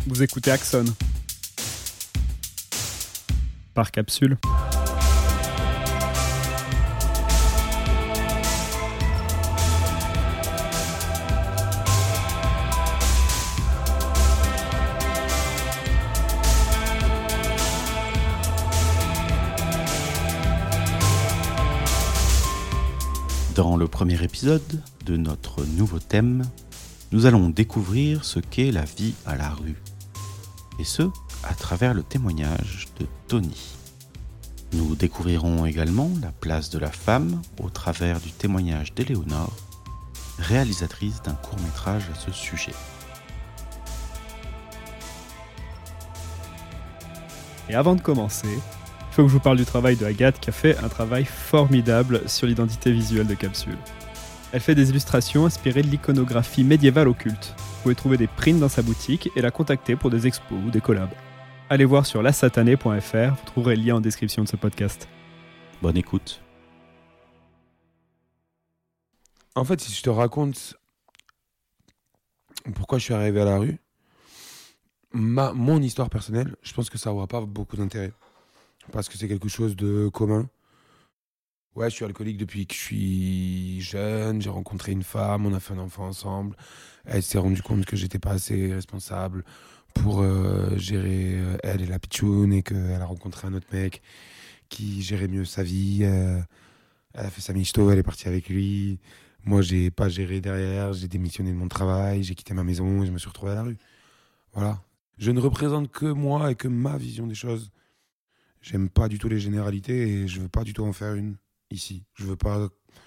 Vous écoutez Axon par Capsule. Dans le premier épisode de notre nouveau thème, nous allons découvrir ce qu'est la vie à la rue. Et ce, à travers le témoignage de Tony. Nous découvrirons également la place de la femme au travers du témoignage d'Éléonore, réalisatrice d'un court-métrage à ce sujet. Et avant de commencer, il faut que je vous parle du travail de Agathe qui a fait un travail formidable sur l'identité visuelle de Capsule. Elle fait des illustrations inspirées de l'iconographie médiévale occulte. Vous pouvez trouver des prints dans sa boutique et la contacter pour des expos ou des collabs. Allez voir sur lasatanée.fr, vous trouverez le lien en description de ce podcast. Bonne écoute. En fait, si je te raconte pourquoi je suis arrivé à la rue, mon histoire personnelle, je pense que ça n'aura pas beaucoup d'intérêt. Parce que c'est quelque chose de commun. Ouais, je suis alcoolique depuis que je suis jeune. J'ai rencontré une femme, on a fait un enfant ensemble. Elle s'est rendue compte que j'étais pas assez responsable pour gérer elle et la pitchoune et qu'elle a rencontré un autre mec qui gérait mieux sa vie. Elle a fait sa michto, elle est partie avec lui. Moi, j'ai pas géré derrière, j'ai démissionné de mon travail, j'ai quitté ma maison et je me suis retrouvé à la rue. Voilà. Je ne représente que moi et que ma vision des choses. J'aime pas du tout les généralités et je veux pas du tout en faire une ici. Je veux pas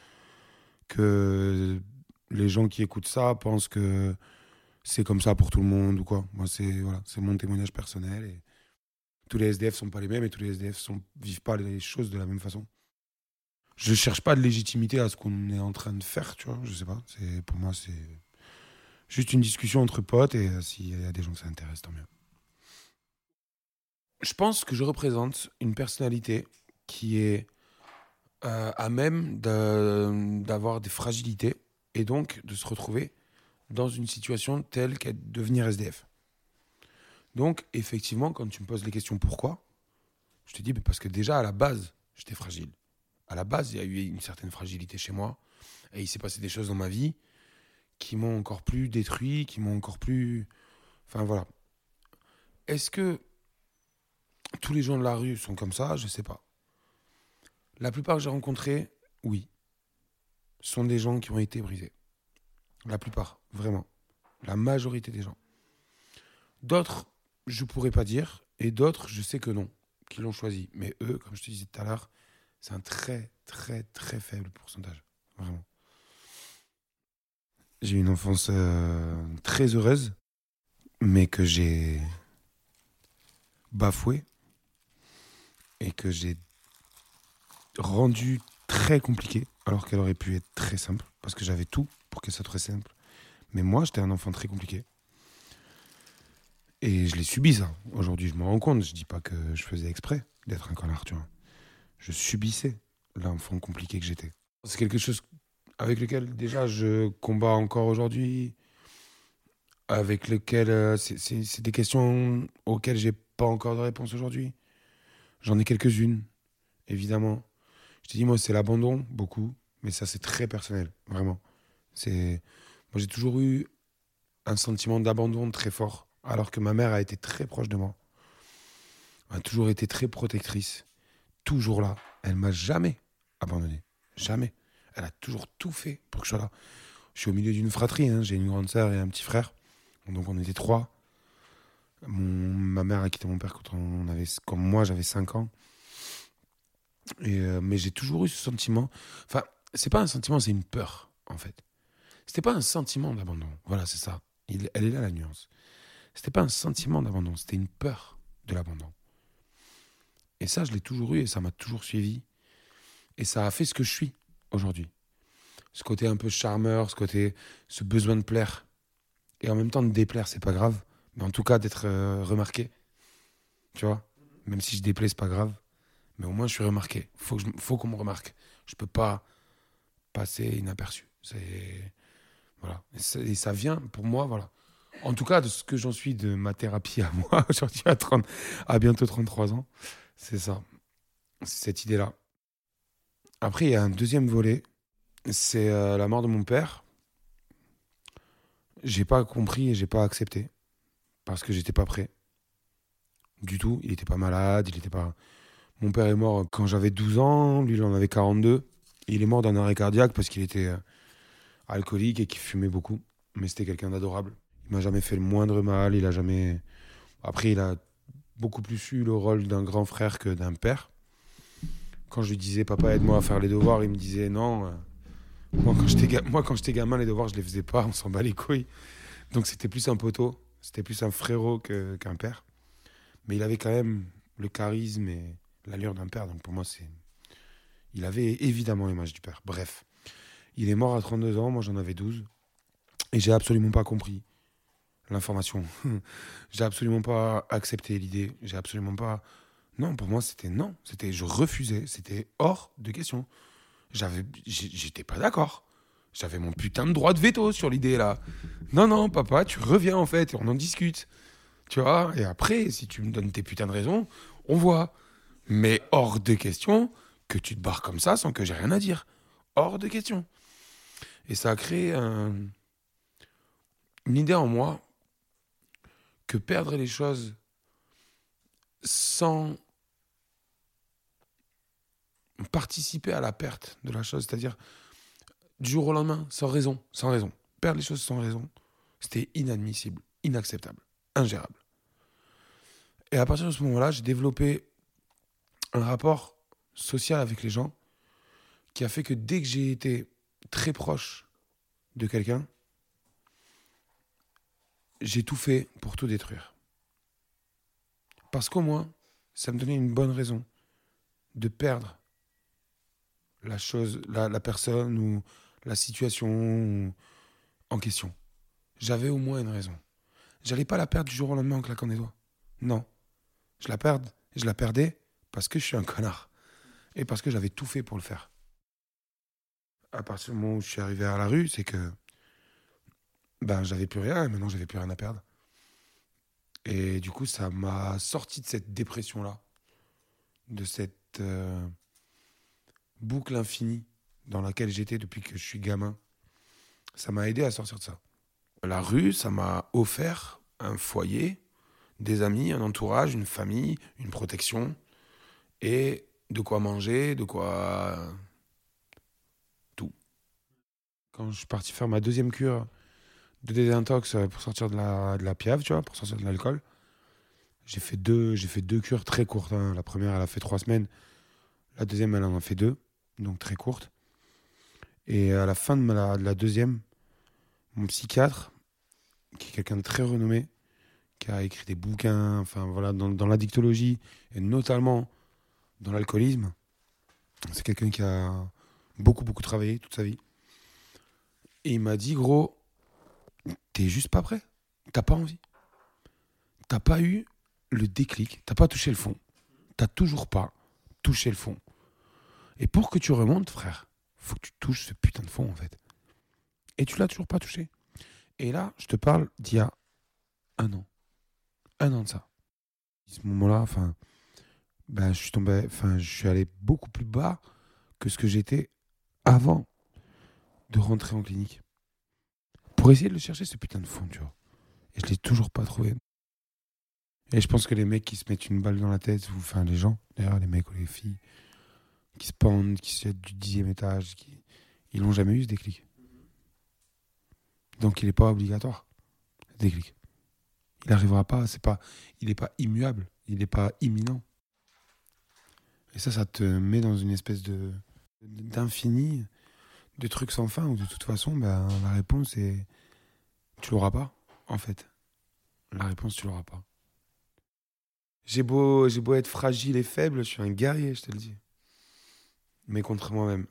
que les gens qui écoutent ça pensent que c'est comme ça pour tout le monde ou quoi. Moi, c'est mon témoignage personnel et tous les SDF sont pas les mêmes et tous les SDF vivent pas les choses de la même façon. Je cherche pas de légitimité à ce qu'on est en train de faire, tu vois. Je sais pas. Pour moi, c'est juste une discussion entre potes et s'il y a des gens que ça intéresse, tant mieux. Je pense que je représente une personnalité qui est à même d'avoir des fragilités et donc de se retrouver dans une situation telle qu'être devenir SDF. Donc, effectivement, quand tu me poses les questions pourquoi, je te dis parce que déjà, à la base, j'étais fragile. À la base, il y a eu une certaine fragilité chez moi et il s'est passé des choses dans ma vie qui m'ont encore plus détruit, qui m'ont encore plus... Enfin, voilà. Est-ce que tous les gens de la rue sont comme ça? Je sais pas. La plupart que j'ai rencontrés, oui, sont des gens qui ont été brisés. La plupart, vraiment. La majorité des gens. D'autres, je pourrais pas dire, et d'autres, je sais que non, qui l'ont choisi. Mais eux, comme je te disais tout à l'heure, c'est un très, très, très faible pourcentage. Vraiment. J'ai eu une enfance très heureuse, mais que j'ai bafouée. Et que j'ai rendu très compliqué, alors qu'elle aurait pu être très simple, parce que j'avais tout pour qu'elle soit très simple. Mais moi, j'étais un enfant très compliqué. Et je l'ai subi, ça. Aujourd'hui, je m'en rends compte. Je dis pas que je faisais exprès d'être un connard, tu vois. Je subissais l'enfant compliqué que j'étais. C'est quelque chose avec lequel, déjà, je combats encore aujourd'hui, avec lequel c'est des questions auxquelles j'ai pas encore de réponse aujourd'hui. J'en ai quelques-unes, évidemment. Je te dis, moi, c'est l'abandon, beaucoup. Mais ça, c'est très personnel, vraiment. Moi, j'ai toujours eu un sentiment d'abandon très fort, alors que ma mère a été très proche de moi. Elle a toujours été très protectrice. Toujours là. Elle m'a jamais abandonné. Jamais. Elle a toujours tout fait pour que je sois là. Je suis au milieu d'une fratrie. Hein. J'ai une grande sœur et un petit frère. Donc, on était 3. Ma mère a quitté mon père comme moi, j'avais 5 ans. Mais j'ai toujours eu ce sentiment. Enfin, c'est pas un sentiment, c'est une peur, en fait. C'était pas un sentiment d'abandon. Voilà, c'est ça. Elle est là, la nuance. C'était pas un sentiment d'abandon, c'était une peur de l'abandon. Et ça, je l'ai toujours eu et ça m'a toujours suivi. Et ça a fait ce que je suis aujourd'hui. Ce côté un peu charmeur, ce besoin de plaire. Et en même temps, de déplaire, c'est pas grave. Mais en tout cas, d'être remarqué. Tu vois? Même si je déplais, c'est pas grave. Mais au moins, je suis remarqué. Faut qu'on me remarque. Je peux pas passer inaperçu. Voilà. Et ça vient, pour moi, voilà. En tout cas, de ce que j'en suis de ma thérapie à moi, aujourd'hui à bientôt 33 ans, c'est ça. C'est cette idée-là. Après, il y a un deuxième volet. C'est la mort de mon père. J'ai pas compris et j'ai pas accepté. Parce que j'étais pas prêt. Du tout. Il était pas malade. Il était pas... Mon père est mort quand j'avais 12 ans. Lui, il en avait 42. Il est mort d'un arrêt cardiaque parce qu'il était alcoolique et qu'il fumait beaucoup. Mais c'était quelqu'un d'adorable. Il m'a jamais fait le moindre mal. Il a jamais... Après, il a beaucoup plus eu le rôle d'un grand frère que d'un père. Quand je lui disais, papa, aide-moi à faire les devoirs, il me disait non. Moi, quand j'étais gamin, les devoirs, je les faisais pas. On s'en bat les couilles. Donc, c'était plus un poteau. C'était plus un frérot qu'un père. Mais il avait quand même le charisme et l'allure d'un père. Donc, pour moi, il avait évidemment l'image du père. Bref. Il est mort à 32 ans. Moi, j'en avais 12. Et j'ai absolument pas compris l'information. J'ai absolument pas accepté l'idée. J'ai absolument pas... Non, pour moi, c'était non. Je refusais. C'était hors de question. J'étais pas d'accord. J'avais mon putain de droit de veto sur l'idée, là. Non, papa, tu reviens, en fait, et on en discute. Tu vois? Et après, si tu me donnes tes putains de raisons, on voit. Mais hors de question que tu te barres comme ça sans que j'ai rien à dire. Hors de question. Et ça a créé une idée en moi que perdre les choses sans participer à la perte de la chose, c'est-à-dire du jour au lendemain, sans raison. Perdre les choses sans raison, c'était inadmissible, inacceptable, ingérable. Et à partir de ce moment-là, j'ai développé un rapport social avec les gens qui a fait que dès que j'ai été très proche de quelqu'un, j'ai tout fait pour tout détruire. Parce qu'au moins, ça me donnait une bonne raison de perdre la chose, la personne ou la situation en question. J'avais au moins une raison. J'allais pas la perdre du jour au lendemain en claquant des doigts. Non. Je la perdais parce que je suis un connard. Et parce que j'avais tout fait pour le faire. À partir du moment où je suis arrivé à la rue, c'est que j'avais plus rien et maintenant j'avais plus rien à perdre. Et du coup, ça m'a sorti de cette dépression-là, de cette boucle infinie dans laquelle j'étais depuis que je suis gamin. Ça m'a aidé à sortir de ça. La rue, ça m'a offert un foyer, des amis, un entourage, une famille, une protection et de quoi manger, de quoi... tout. Quand je suis parti faire ma deuxième cure de désintox pour sortir de la piave, tu vois, pour sortir de l'alcool, j'ai fait deux cures très courtes. Hein. La première, elle a fait 3 semaines. La deuxième, elle en a fait 2, donc très courtes. Et à la fin de la deuxième, mon psychiatre, qui est quelqu'un de très renommé, qui a écrit des bouquins, enfin voilà, dans l'addictologie et notamment dans l'alcoolisme, c'est quelqu'un qui a beaucoup travaillé toute sa vie. Et il m'a dit, gros, t'es juste pas prêt, t'as pas envie, t'as pas eu le déclic, t'as pas touché le fond, t'as toujours pas touché le fond. Et pour que tu remontes, frère, faut que tu touches ce putain de fond en fait. Et tu l'as toujours pas touché. Et là, je te parle d'il y a 1 an. 1 an de ça. À ce moment-là, je suis allé beaucoup plus bas que ce que j'étais avant de rentrer en clinique. Pour essayer de le chercher, ce putain de fond, tu vois. Et je l'ai toujours pas trouvé. Et je pense que les mecs qui se mettent une balle dans la tête, enfin les gens, d'ailleurs les mecs ou les filles, qui se pendent, qui se jettent du 10e étage, ils l'ont jamais eu ce déclic. Donc il n'est pas obligatoire, ce déclic. Il n'arrivera pas, il n'est pas immuable, il n'est pas imminent. Et ça te met dans une espèce d'infini, de trucs sans fin, où de toute façon, la réponse est... Tu l'auras pas, en fait. La réponse, tu l'auras pas. J'ai beau être fragile et faible, je suis un guerrier, je te le dis. Mais contre moi-même.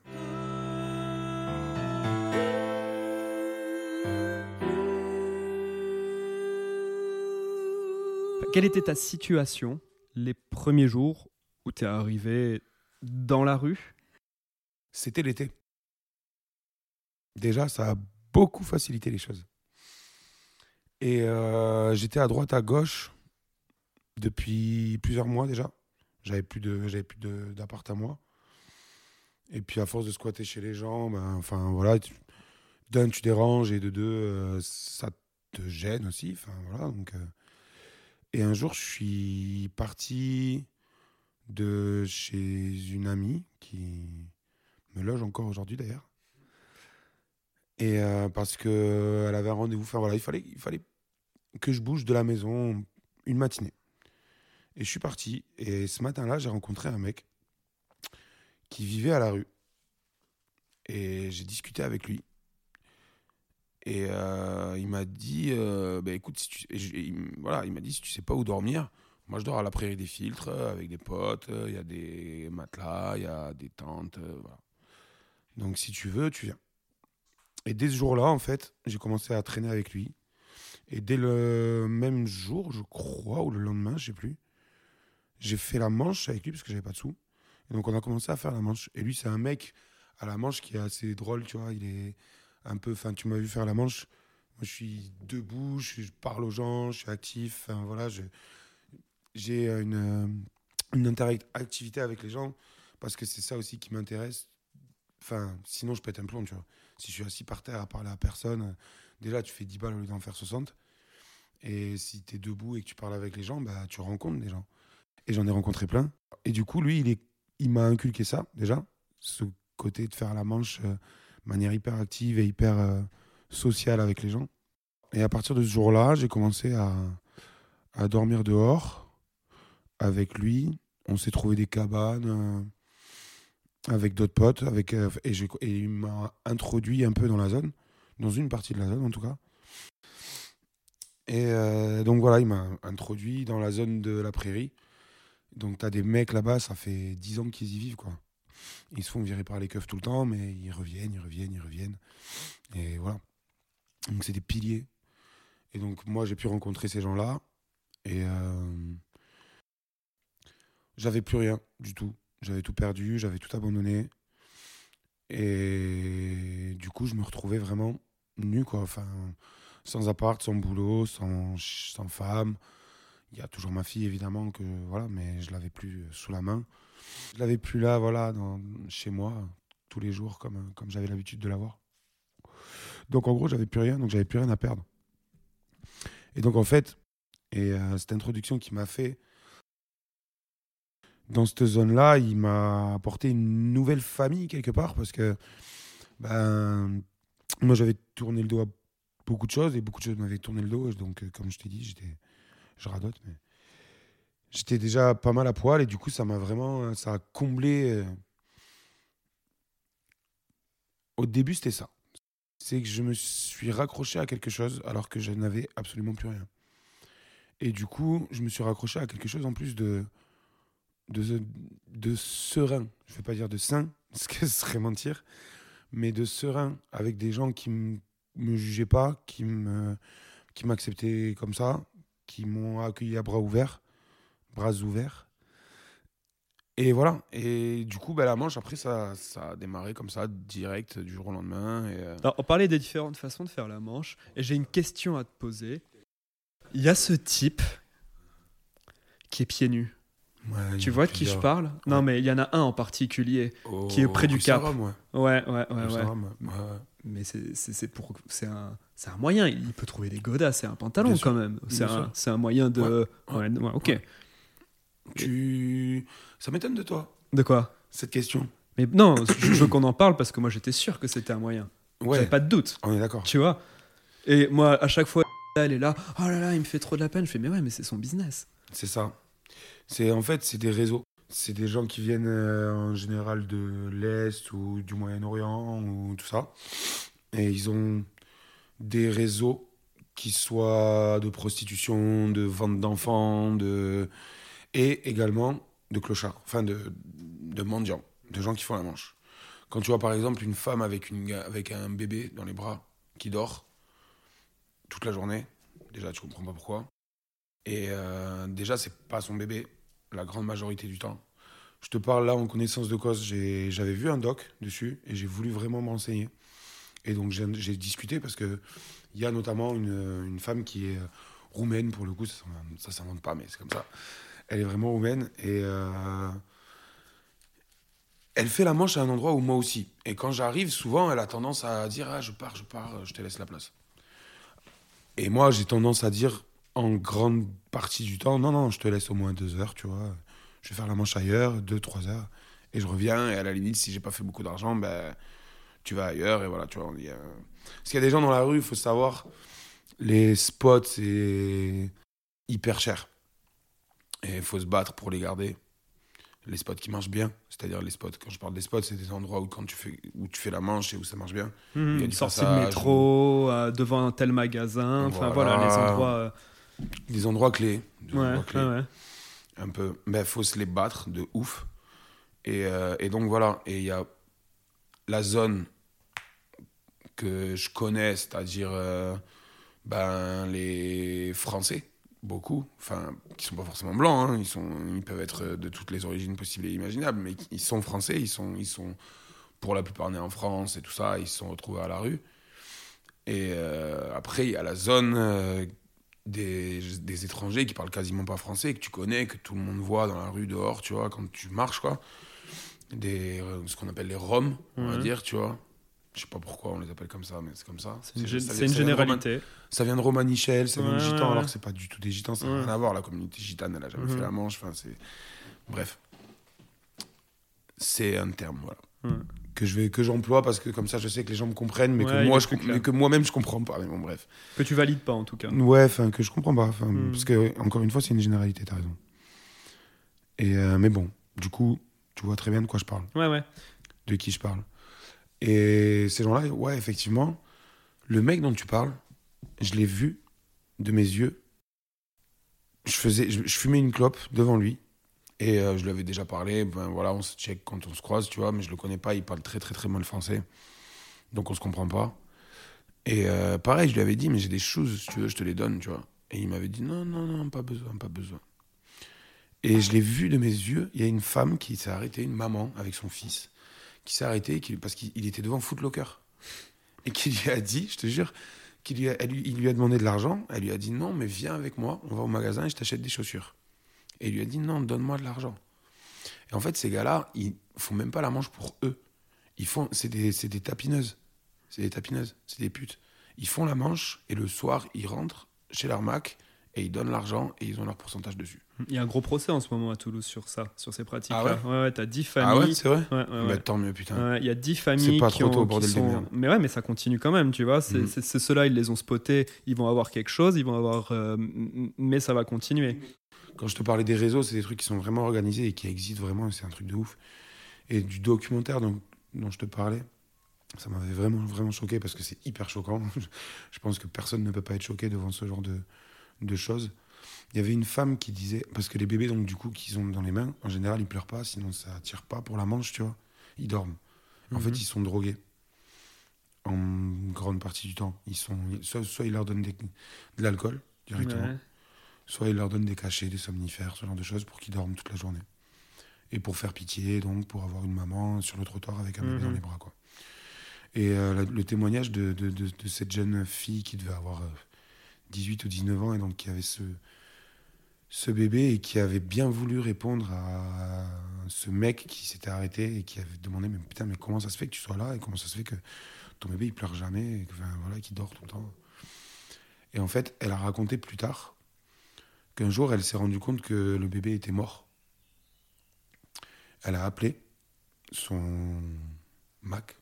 Quelle était ta situation les premiers jours où tu es arrivé dans la rue? C'était l'été. Déjà, ça a beaucoup facilité les choses. Et j'étais à droite, à gauche depuis plusieurs mois déjà. J'avais plus d'appart à moi. Et puis à force de squatter chez les gens, enfin voilà, d'un tu déranges et de deux ça te gêne aussi. Enfin voilà donc. Et un jour je suis parti de chez une amie qui me loge encore aujourd'hui d'ailleurs. Et parce que elle avait un rendez-vous. Enfin voilà, il fallait que je bouge de la maison une matinée. Et je suis parti. Et ce matin-là, j'ai rencontré un mec qui vivait à la rue. Et j'ai discuté avec lui. Et il m'a dit, écoute, si tu... voilà, il m'a dit, si tu sais pas où dormir, moi je dors à la Prairie des Filtres avec des potes, il y a des matelas, il y a des tentes, voilà. Donc si tu veux, tu viens. Et dès ce jour-là, en fait, j'ai commencé à traîner avec lui. Et dès le même jour, je crois, ou le lendemain, je sais plus, j'ai fait la manche avec lui parce que j'avais pas de sous. Et donc on a commencé à faire la manche. Et lui, c'est un mec à la manche qui est assez drôle, tu vois. Il est un peu, enfin, tu m'as vu faire la manche. Moi, je suis debout, je parle aux gens, je suis actif. Enfin, voilà, j'ai une interactivité avec les gens parce que c'est ça aussi qui m'intéresse. Enfin, sinon, je pète un plomb, tu vois. Si je suis assis par terre à parler à personne, déjà, tu fais 10 balles au lieu d'en faire 60. Et si tu es debout et que tu parles avec les gens, bah, tu rencontres des gens. Et j'en ai rencontré plein. Et du coup, lui, il m'a inculqué ça, déjà. Ce côté de faire la manche de manière hyper active et hyper sociale avec les gens. Et à partir de ce jour-là, j'ai commencé à dormir dehors avec lui. On s'est trouvé des cabanes avec d'autres potes. Et il m'a introduit un peu dans la zone, dans une partie de la zone en tout cas. Et donc voilà, il m'a introduit dans la zone de la prairie. Donc t'as des mecs là-bas, ça fait 10 ans qu'ils y vivent, quoi. Ils se font virer par les keufs tout le temps, mais ils reviennent. Et voilà. Donc c'est des piliers. Et donc moi, j'ai pu rencontrer ces gens-là. Et j'avais plus rien du tout. J'avais tout perdu, j'avais tout abandonné. Et du coup, je me retrouvais vraiment nu, quoi. Enfin, sans appart, sans boulot, sans femme. Il y a toujours ma fille, évidemment, voilà, mais je l'avais plus sous la main. Je l'avais plus là, voilà, chez moi, tous les jours, comme j'avais l'habitude de l'avoir. Donc, en gros, j'avais plus rien, donc j'avais plus rien à perdre. Et donc, en fait, cette introduction qu'il m'a fait dans cette zone-là, il m'a apporté une nouvelle famille, quelque part, parce que, moi, j'avais tourné le dos à beaucoup de choses, et beaucoup de choses m'avaient tourné le dos. Donc, comme je t'ai dit, je radote, mais j'étais déjà pas mal à poil et du coup ça a comblé. Au début c'était ça, c'est que je me suis raccroché à quelque chose alors que je n'avais absolument plus rien. Et du coup je me suis raccroché à quelque chose en plus de serein. Je vais pas dire de sain, parce que ce serait mentir, mais de serein, avec des gens qui me jugeaient pas, qui m'acceptaient comme ça, qui m'ont accueilli à bras ouverts. Et voilà. Et du coup, la manche, après, ça a démarré comme ça, direct, du jour au lendemain. Alors, on parlait des différentes façons de faire la manche, et j'ai une question à te poser. Il y a ce type qui est pieds nus. Ouais, tu vois de qui je parle ? Ouais. Non, mais il y en a un en particulier qui est près du Cap. Ouais. Mais c'est un moyen. Il peut trouver des godasses, c'est un pantalon quand même. C'est un moyen de. Ouais, ok. Ouais. Ça m'étonne de toi. De quoi ? Cette question. Mais non, je veux qu'on en parle parce que moi j'étais sûr que c'était un moyen. Ouais. J'avais pas de doute. On est d'accord. Tu vois ? Et moi, à chaque fois, elle est là. Oh là là, il me fait trop de la peine. Je fais, mais c'est son business. C'est ça. En fait, c'est des réseaux. C'est des gens qui viennent en général de l'Est ou du Moyen-Orient ou tout ça. Et ils ont des réseaux qui soient de prostitution, de vente d'enfants, et également de clochards, enfin de mendiants, de gens qui font la manche. Quand tu vois par exemple une femme avec un bébé dans les bras qui dort toute la journée, déjà tu comprends pas pourquoi. Et déjà c'est pas son bébé la grande majorité du temps. Je te parle là en connaissance de cause, j'avais vu un doc dessus et j'ai voulu vraiment me renseigner. Et donc, j'ai discuté parce qu'il y a notamment une femme qui est roumaine, pour le coup, ça ne s'invente pas, mais c'est comme ça. Elle est vraiment roumaine et elle fait la manche à un endroit où moi aussi. Et quand j'arrive, souvent, elle a tendance à dire « Ah, je pars, je te laisse la place ». Et moi, j'ai tendance à dire, en grande partie du temps, non, je te laisse au moins 2 heures, tu vois. Je vais faire la manche ailleurs, 2-3 heures. Et je reviens, et à la limite, si j'ai pas fait beaucoup d'argent, ben, tu vas ailleurs, et voilà, tu vois. Parce qu'il y a des gens dans la rue, il faut savoir, les spots, c'est hyper cher. Et il faut se battre pour les garder. Les spots qui marchent bien, c'est-à-dire les spots, quand je parle des spots, c'est des endroits où tu fais la manche et où ça marche bien. Il y a Une du sortie de passage, métro, devant un tel magasin, enfin voilà, les endroits... Des endroits clés. Ouais. Un peu. Ben, faut se les battre de ouf. Et donc voilà. Et il y a la zone que je connais, c'est-à-dire les Français, beaucoup, enfin, qui sont pas forcément blancs, hein, ils peuvent être de toutes les origines possibles et imaginables, mais ils sont français, ils sont pour la plupart nés en France et tout ça, ils se sont retrouvés à la rue. Et après, il y a la zone des étrangers qui parlent quasiment pas français, que tu connais, que tout le monde voit dans la rue dehors, tu vois, quand tu marches, quoi. Ce qu'on appelle les Roms, on va dire, tu vois. Je sais pas pourquoi on les appelle comme ça, mais c'est comme ça. C'est une généralité. Ça vient de Romanichel, ça vient de Gitans, ouais. alors que c'est pas du tout des Gitans, ça n'a rien à voir. La communauté gitane, elle a jamais fait la manche. Enfin, bref. C'est un terme, voilà. Que j'emploie parce que comme ça, je sais que les gens me comprennent, mais que moi-même, je comprends pas. Mais bon, bref. Que tu valides pas, en tout cas. Ouais, enfin, que je comprends pas. Parce que, encore une fois, c'est une généralité, t'as raison. Et, mais bon, du coup, tu vois très bien de quoi je parle. Ouais. De qui je parle. Et ces gens-là, ouais, effectivement, le mec dont tu parles, je l'ai vu de mes yeux. Je fumais une clope devant lui et je lui avais déjà parlé. Ben voilà, on se check quand on se croise, tu vois, mais je le connais pas. Il parle très très très mal français, donc on se comprend pas. Et pareil, je lui avais dit, mais j'ai des choses, si tu veux, je te les donne, tu vois. Et il m'avait dit non, pas besoin. Et je l'ai vu de mes yeux. Il y a une femme qui s'est arrêtée, une maman avec son fils, qui s'est arrêté parce qu'il était devant Foot Locker et qui lui a dit, je te jure, il lui a demandé de l'argent. Elle lui a dit non, mais viens avec moi, on va au magasin et je t'achète des chaussures. Et il lui a dit non, donne-moi de l'argent. Et en fait, ces gars-là, ils font même pas la manche pour eux. C'est des tapineuses, c'est des putes. Ils font la manche et le soir, ils rentrent chez leur Mac et ils donnent l'argent et ils ont leur pourcentage dessus. Il y a un gros procès en ce moment à Toulouse sur ces pratiques-là. Ah ouais, t'as 10 familles. Ah ouais, c'est vrai. Ouais. Bah, tant mieux, putain. Il y a 10 familles c'est pas trop tôt, bordel de merde. Mais ouais, mais ça continue quand même, tu vois. C'est ceux-là, ils les ont spotés, ils vont avoir quelque chose, mais ça va continuer. Quand je te parlais des réseaux, c'est des trucs qui sont vraiment organisés et qui existent vraiment, et c'est un truc de ouf. Et du documentaire dont je te parlais, ça m'avait vraiment, vraiment choqué parce que c'est hyper choquant. Je pense que personne ne peut pas être choqué devant ce genre de choses. Il y avait une femme qui disait, parce que les bébés, donc, du coup, qu'ils ont dans les mains, en général, ils pleurent pas, sinon ça tire pas pour la manche, tu vois. Ils dorment. En fait, ils sont drogués. En grande partie du temps. Soit ils leur donnent de l'alcool, directement. Soit ils leur donnent des cachets, des somnifères, ce genre de choses, pour qu'ils dorment toute la journée. Et pour faire pitié, donc, pour avoir une maman sur le trottoir avec un bébé dans les bras, quoi. Et le témoignage de cette jeune fille qui devait avoir 18 ou 19 ans, et donc qui avait ce bébé et qui avait bien voulu répondre à ce mec qui s'était arrêté et qui avait demandé mais putain, mais comment ça se fait que tu sois là et comment ça se fait que ton bébé il pleure jamais et qu'il dort tout le temps. Et en fait, elle a raconté plus tard qu'un jour elle s'est rendue compte que le bébé était mort. Elle a appelé son Mac.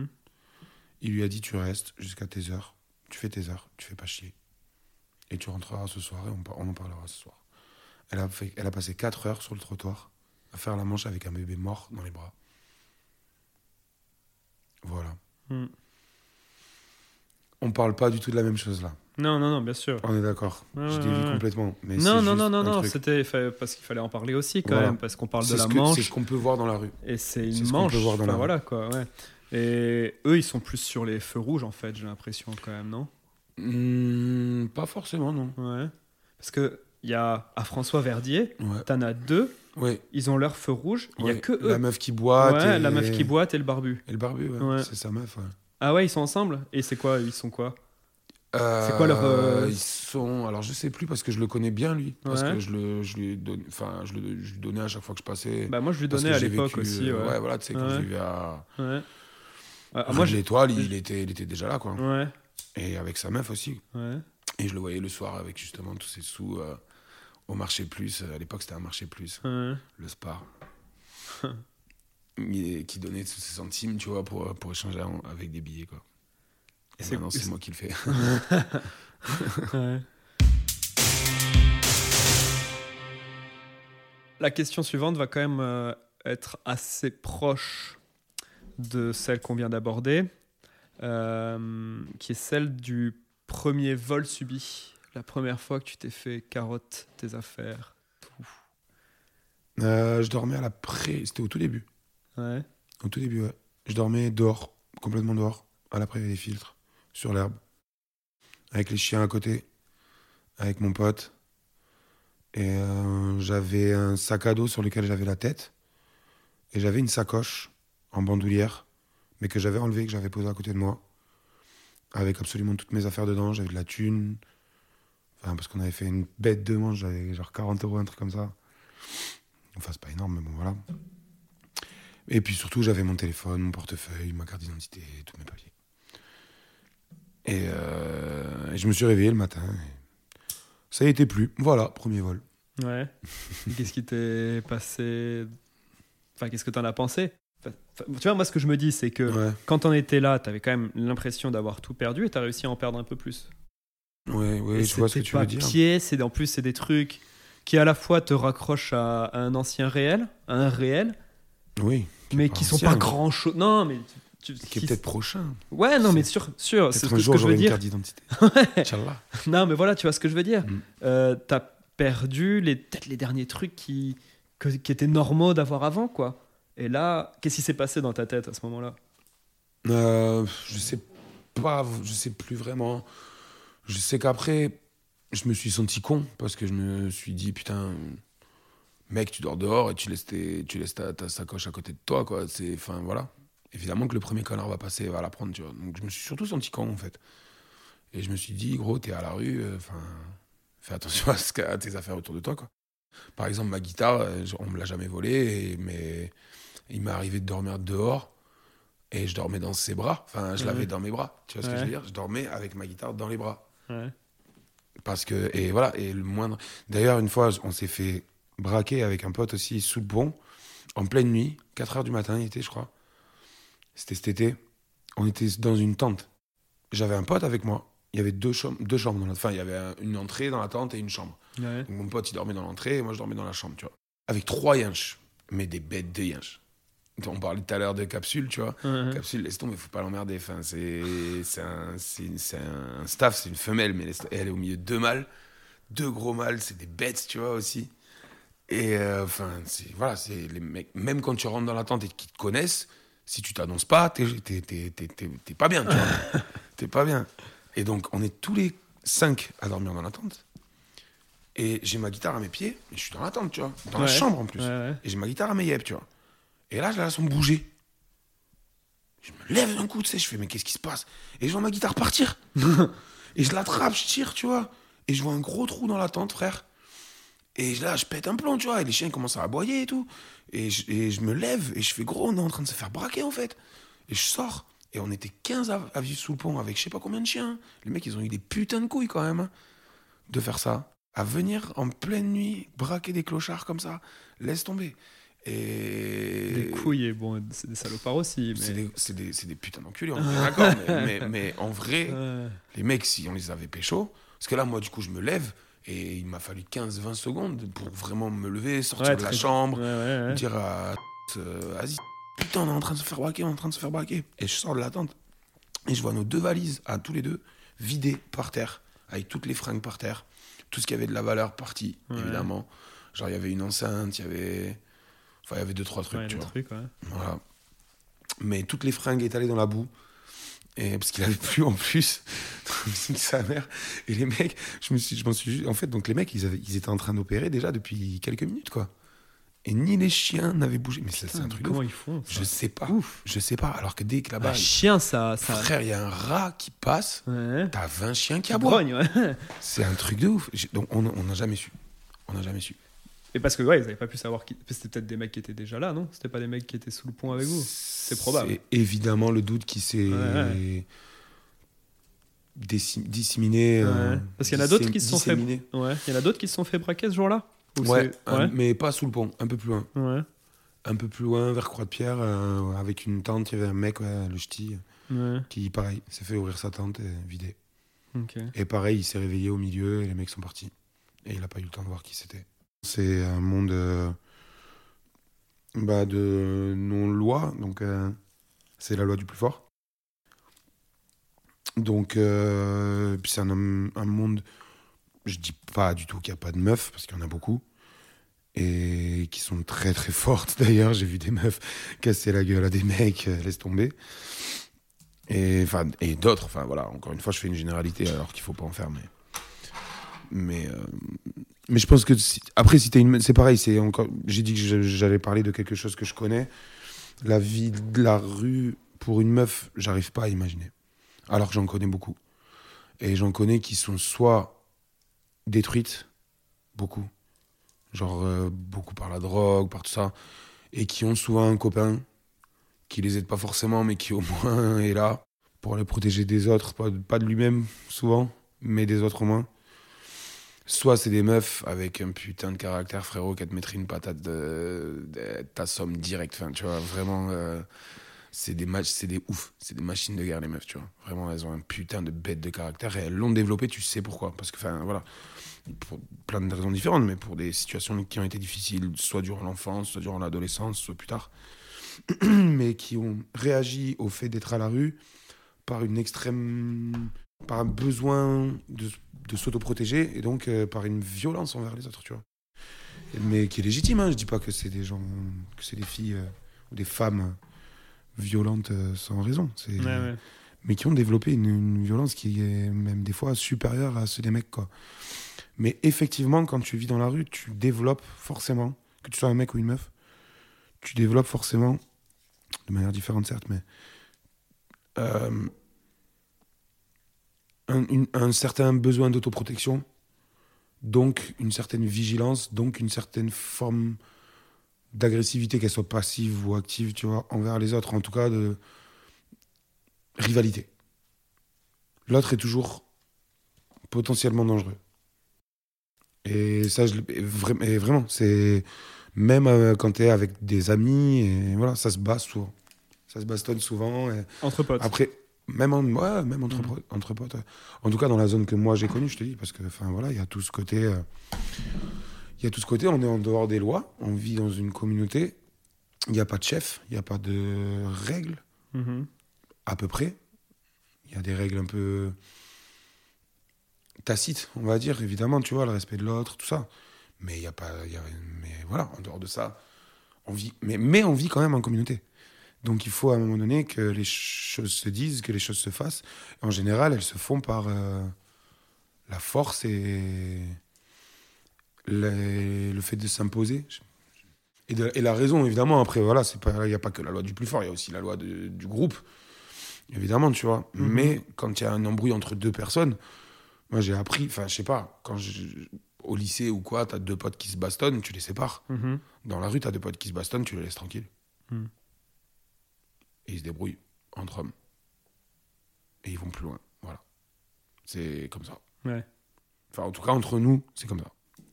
Il lui a dit tu restes jusqu'à tes heures, tu fais tes heures, tu fais pas chier et tu rentreras ce soir et on en parlera ce soir. Elle a passé 4 heures sur le trottoir à faire la manche avec un bébé mort dans les bras. Voilà. On parle pas du tout de la même chose là. Non, bien sûr. On est d'accord. Je dévie complètement. Mais non, c'était parce qu'il fallait en parler aussi quand même, parce qu'on parle de la manche. C'est ce qu'on peut voir dans la rue. Et c'est une manche. Qu'on peut voir dans la rue. Voilà quoi, ouais. Et eux, ils sont plus sur les feux rouges en fait, j'ai l'impression quand même, non ? Pas forcément, non. Ouais. Parce que il y a à François Verdier, t'en as 2. Ouais. Ils ont leur feu rouge. Il y a que eux. La meuf qui boite. Ouais, la meuf qui boite et le barbu. Et le barbu, ouais. C'est sa meuf, ouais. Ah ouais, ils sont ensemble? Et c'est quoi? Ils sont quoi? C'est quoi leur. Ils sont. Alors, je sais plus parce que je le connais bien, lui. Parce Ouais. que je lui donne, enfin, je lui donnais à chaque fois que je passais. Bah moi je lui Parce donnais que à j'ai l'époque vécu. aussi, ouais. Ouais, voilà, tu sais, quand je Ouais. vivais à Ouais. Ah, rue moi de j'ai. l'Étoile, il était déjà là, quoi. Ouais. Et avec sa meuf aussi. Ouais. Et je le voyais le soir avec justement tous ces sous au Marché Plus. À l'époque, c'était un Marché Plus, Ouais. le Spar. Qui donnait tous ces centimes, tu vois, pour échanger avec des billets, quoi. Et C'est- maintenant, c'est moi qui le fais. Ouais. La question suivante va quand même être assez proche de celle qu'on vient d'aborder, qui est celle du premier vol subi. La première fois que tu t'es fait carotte tes affaires. Je dormais C'était au tout début. Ouais. Au tout début, ouais. Je dormais dehors, complètement dehors, à l'après des filtres, sur l'herbe, avec les chiens à côté, avec mon pote. Et j'avais un sac à dos sur lequel j'avais la tête. Et j'avais une sacoche en bandoulière, mais que j'avais enlevée, que j'avais posée à côté de moi, avec absolument toutes mes affaires dedans. J'avais de la thune, enfin, parce qu'on avait fait une bête de manche, j'avais genre 40 €, un truc comme ça. Enfin, c'est pas énorme, mais bon, voilà. Et puis surtout, j'avais mon téléphone, mon portefeuille, ma carte d'identité, tous mes papiers. Et je me suis réveillé le matin. Et ça y était plus. Voilà, premier vol. Ouais. Qu'est-ce qui t'est passé? Enfin, qu'est-ce que t'en as pensé? Tu vois, moi, ce que je me dis, c'est que Ouais, quand on était là, t'avais quand même l'impression d'avoir tout perdu et t'as réussi à en perdre un peu plus. ouais, Et je vois ce que c'était tu veux dire. papier, en plus, c'est des trucs qui à la fois te raccrochent à un ancien réel, à un réel, Oui. mais pas qui sont ancien, pas grand chose. Non, mais Qui est peut-être prochain. Ouais, non, mais sûr, c'est Peut-être ce un que jour, je j'aurai veux une dire. carte d'identité. Inch'Allah. Non, mais voilà, tu vois ce que je veux dire. Mm. T'as perdu peut-être les derniers trucs qui étaient normaux d'avoir avant, quoi. Et là, qu'est-ce qui s'est passé dans ta tête à ce moment-là? Je sais pas, je sais plus vraiment. Je sais qu'après, je me suis senti con parce que je me suis dit, putain, mec, tu dors dehors et tu laisses ta sacoche à côté de toi, quoi. Enfin, voilà. Évidemment que le premier connard va passer et va la prendre, tu vois. Donc je me suis surtout senti con, en fait. Et je me suis dit, gros, t'es à la rue, enfin, fais attention à tes affaires autour de toi, quoi. Par exemple, ma guitare, on me l'a jamais volée, mais il m'est arrivé de dormir dehors et je dormais dans ses bras. Enfin, je l'avais dans mes bras. Tu vois ce que je veux dire? Je dormais avec ma guitare dans les bras. Ouais. Parce que, et voilà, et le moindre. D'ailleurs, une fois, on s'est fait braquer avec un pote aussi sous le pont, en pleine nuit, 4 h du matin, il était, je crois. C'était cet été. On était dans une tente. J'avais un pote avec moi. Il y avait deux chambres dans la... Enfin, il y avait une entrée dans la tente et une chambre. Ouais. Donc, mon pote, il dormait dans l'entrée et moi, je dormais dans la chambre, tu vois. Avec 3 yinches, mais des bêtes de yinches. On parlait tout à l'heure de Capsule, tu vois. Ouais. Capsule, laisse tomber, faut pas l'emmerder. Enfin, c'est un staff, c'est une femelle, mais elle est au milieu de 2 mâles. 2 gros mâles, c'est des bêtes, tu vois, aussi. Et enfin, voilà, c'est les mecs. Même quand tu rentres dans la tente et qu'ils te connaissent, si tu t'annonces pas, t'es pas bien, tu vois. T'es pas bien. Et donc, on est tous les 5 à dormir dans la tente. Et j'ai ma guitare à mes pieds, et je suis dans la tente, tu vois. Dans la chambre, en plus. Ouais. Et j'ai ma guitare à mes yeux, tu vois. Et là, je la laisse me bouger. Je me lève d'un coup, tu sais, je fais, mais qu'est-ce qui se passe? Et je vois ma guitare partir. Et je l'attrape, je tire, tu vois. Et je vois un gros trou dans la tente, frère. Et là, je pète un plomb, tu vois. Et les chiens commencent à aboyer et tout. Et je me lève, et je fais, gros, on est en train de se faire braquer, en fait. Et je sors. Et on était 15 à vivre sous le pont avec je sais pas combien de chiens. Les mecs, ils ont eu des putains de couilles, quand même, hein, de faire ça. À venir en pleine nuit, braquer des clochards comme ça. Laisse tomber. Et... Des couilles, et bon, c'est des salopards aussi. Mais... C'est des putains d'enculés, on est d'accord. mais en vrai, Ouais. les mecs, si on les avait pécho, parce que là, moi, du coup, je me lève et il m'a fallu 15-20 secondes pour vraiment me lever, sortir de la chambre, Ouais. dire à vas-y, putain, on est en train de se faire braquer, Et je sors de la tente et je vois nos 2 valises, à tous les deux, vidées par terre, avec toutes les fringues par terre, tout ce qui avait de la valeur parti, évidemment. Genre, il y avait une enceinte, il y avait 2-3 trucs, tu vois. Voilà. Mais toutes les fringues étalées dans la boue. Et parce qu'il avait plu en plus. Sa mère. Et les mecs, en fait, donc les mecs, ils étaient en train d'opérer déjà depuis quelques minutes, quoi. Et ni les chiens n'avaient bougé. Mais c'est un truc de Comment ouf. ils font ça? Je sais pas. Ouf. Je sais pas. Alors que dès que là-bas, Un chien, ça... frère, il y a un rat qui passe, Ouais. t'as 20 chiens qui Qui aboient. grogne, ouais. C'est un truc de ouf. Donc on n'a jamais su. On n'a jamais su. Et parce que, ouais, ils avaient pas pu savoir qui... C'était peut-être des mecs qui étaient déjà là, non? C'était pas des mecs qui étaient sous le pont avec vous? C'est probable. C'est évidemment le doute qui s'est disséminé. Parce qu'il y en a d'autres qui se sont fait... disséminé. Ouais. Il y en a d'autres qui se sont fait braquer ce jour-là? Ou Ouais, c'est- ouais. mais pas sous le pont, un peu plus loin. Ouais. Un peu plus loin, vers Croix-de-Pierre, avec une tente, il y avait un mec, le ch'ti, Ouais. qui, pareil, s'est fait ouvrir sa tente et vider. Ok. Et pareil, il s'est réveillé au milieu et les mecs sont partis. Et il n'a pas eu le temps de voir qui c'était. C'est un monde de non-loi, donc c'est la loi du plus fort. Donc, puis c'est un monde, je dis pas du tout qu'il n'y a pas de meufs, parce qu'il y en a beaucoup. Et qui sont très très fortes d'ailleurs. J'ai vu des meufs casser la gueule à des mecs, laisse tomber. Et d'autres, voilà, encore une fois, je fais une généralité alors qu'il faut pas en faire. Mais je pense que après, si t'es c'est pareil. C'est encore. J'ai dit que j'allais parler de quelque chose que je connais. La vie de la rue pour une meuf, j'arrive pas à imaginer. Alors que j'en connais beaucoup. Et j'en connais qui sont soit détruites, beaucoup. Genre beaucoup par la drogue, par tout ça, et qui ont souvent un copain qui les aide pas forcément, mais qui au moins est là pour les protéger des autres, pas de lui-même souvent, mais des autres au moins. Soit c'est des meufs avec un putain de caractère, frérot, qui te mettrait une patate t'assomme direct. Enfin, tu vois, vraiment, c'est des ouf, c'est des machines de guerre, les meufs, tu vois. Vraiment, elles ont un putain de bête de caractère et elles l'ont développé, tu sais pourquoi. Parce que, enfin, voilà. Pour plein de raisons différentes, mais pour des situations qui ont été difficiles, soit durant l'enfance, soit durant l'adolescence, soit plus tard, mais qui ont réagi au fait d'être à la rue par par un besoin de s'autoprotéger et donc par une violence envers les autres, tu vois. Mais qui est légitime, hein. Je dis pas que c'est des gens, que c'est des filles ou des femmes violentes sans raison. Ouais. Mais qui ont développé une violence qui est même des fois supérieure à ceux des mecs, quoi. Mais effectivement, quand tu vis dans la rue, tu développes forcément, que tu sois un mec ou une meuf, tu développes forcément, de manière différente certes, mais un certain besoin d'autoprotection, donc une certaine vigilance, donc une certaine forme d'agressivité, qu'elle soit passive ou active, tu vois, envers les autres, en tout cas de rivalité. L'autre est toujours potentiellement dangereux. Et ça, vraiment, c'est même quand t'es avec des amis, et voilà, ça se bat souvent. Ça se bastonne souvent. Et Entre potes. après, même entre potes. En tout cas, dans la zone que moi j'ai connue, je te dis, parce que, enfin, voilà, il y a tout ce côté. On est en dehors des lois, on vit dans une communauté, il n'y a pas de chef, il n'y a pas de règles, à peu près. Il y a des règles un peu tacite, on va dire, évidemment, tu vois, le respect de l'autre, tout ça. Mais il y a pas... mais voilà, en dehors de ça, on vit... Mais on vit quand même en communauté. Donc il faut à un moment donné que les choses se disent, que les choses se fassent. En général, elles se font par la force et le fait de s'imposer. Et la raison, évidemment, après, voilà, il n'y a pas que la loi du plus fort, il y a aussi la loi du groupe, évidemment, tu vois. Mais quand il y a un embrouille entre deux personnes, moi, j'ai appris, enfin, je sais pas, au lycée ou quoi, t'as deux potes qui se bastonnent, tu les sépares. Dans la rue, t'as deux potes qui se bastonnent, tu les laisses tranquilles. Et ils se débrouillent entre hommes. Et ils vont plus loin, voilà. C'est comme ça. Ouais. Enfin, en tout cas, entre nous, c'est comme ça.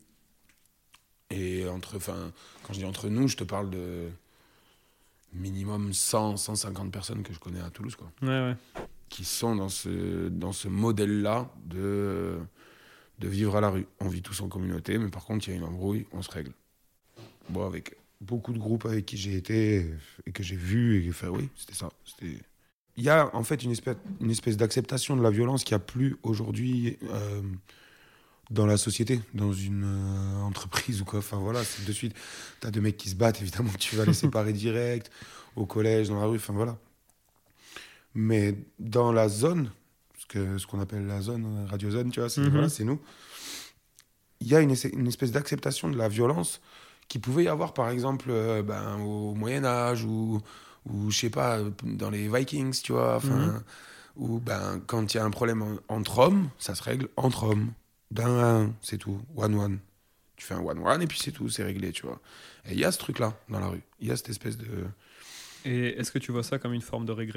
Et quand je dis entre nous, je te parle de minimum 100, 150 personnes que je connais à Toulouse, quoi. Ouais. Qui sont dans ce modèle-là de vivre à la rue. On vit tous en communauté, mais par contre, il y a une embrouille, on se règle. Bon, avec beaucoup de groupes avec qui j'ai été et que j'ai vu, et enfin, oui, c'était ça. Il y a en fait une espèce d'acceptation de la violence qu'il n'y a plus aujourd'hui dans la société, dans une entreprise ou quoi. Enfin voilà, c'est de suite, t'as deux mecs qui se battent, évidemment que tu vas les séparer direct, au collège, dans la rue, enfin voilà. Mais dans la zone, ce qu'on appelle la zone, radiozone, tu vois, voilà, c'est nous. Il y a une espèce d'acceptation de la violence qu'il pouvait y avoir, par exemple, au Moyen-Âge ou je sais pas, dans les Vikings, tu vois. Ou quand il y a un problème entre hommes, ça se règle entre hommes. D'un à un, c'est tout. One-one. Tu fais un one-one et puis c'est tout, c'est réglé, tu vois. Et il y a ce truc-là dans la rue. Il y a cette espèce de... Et est-ce que tu vois ça comme une forme de régression ?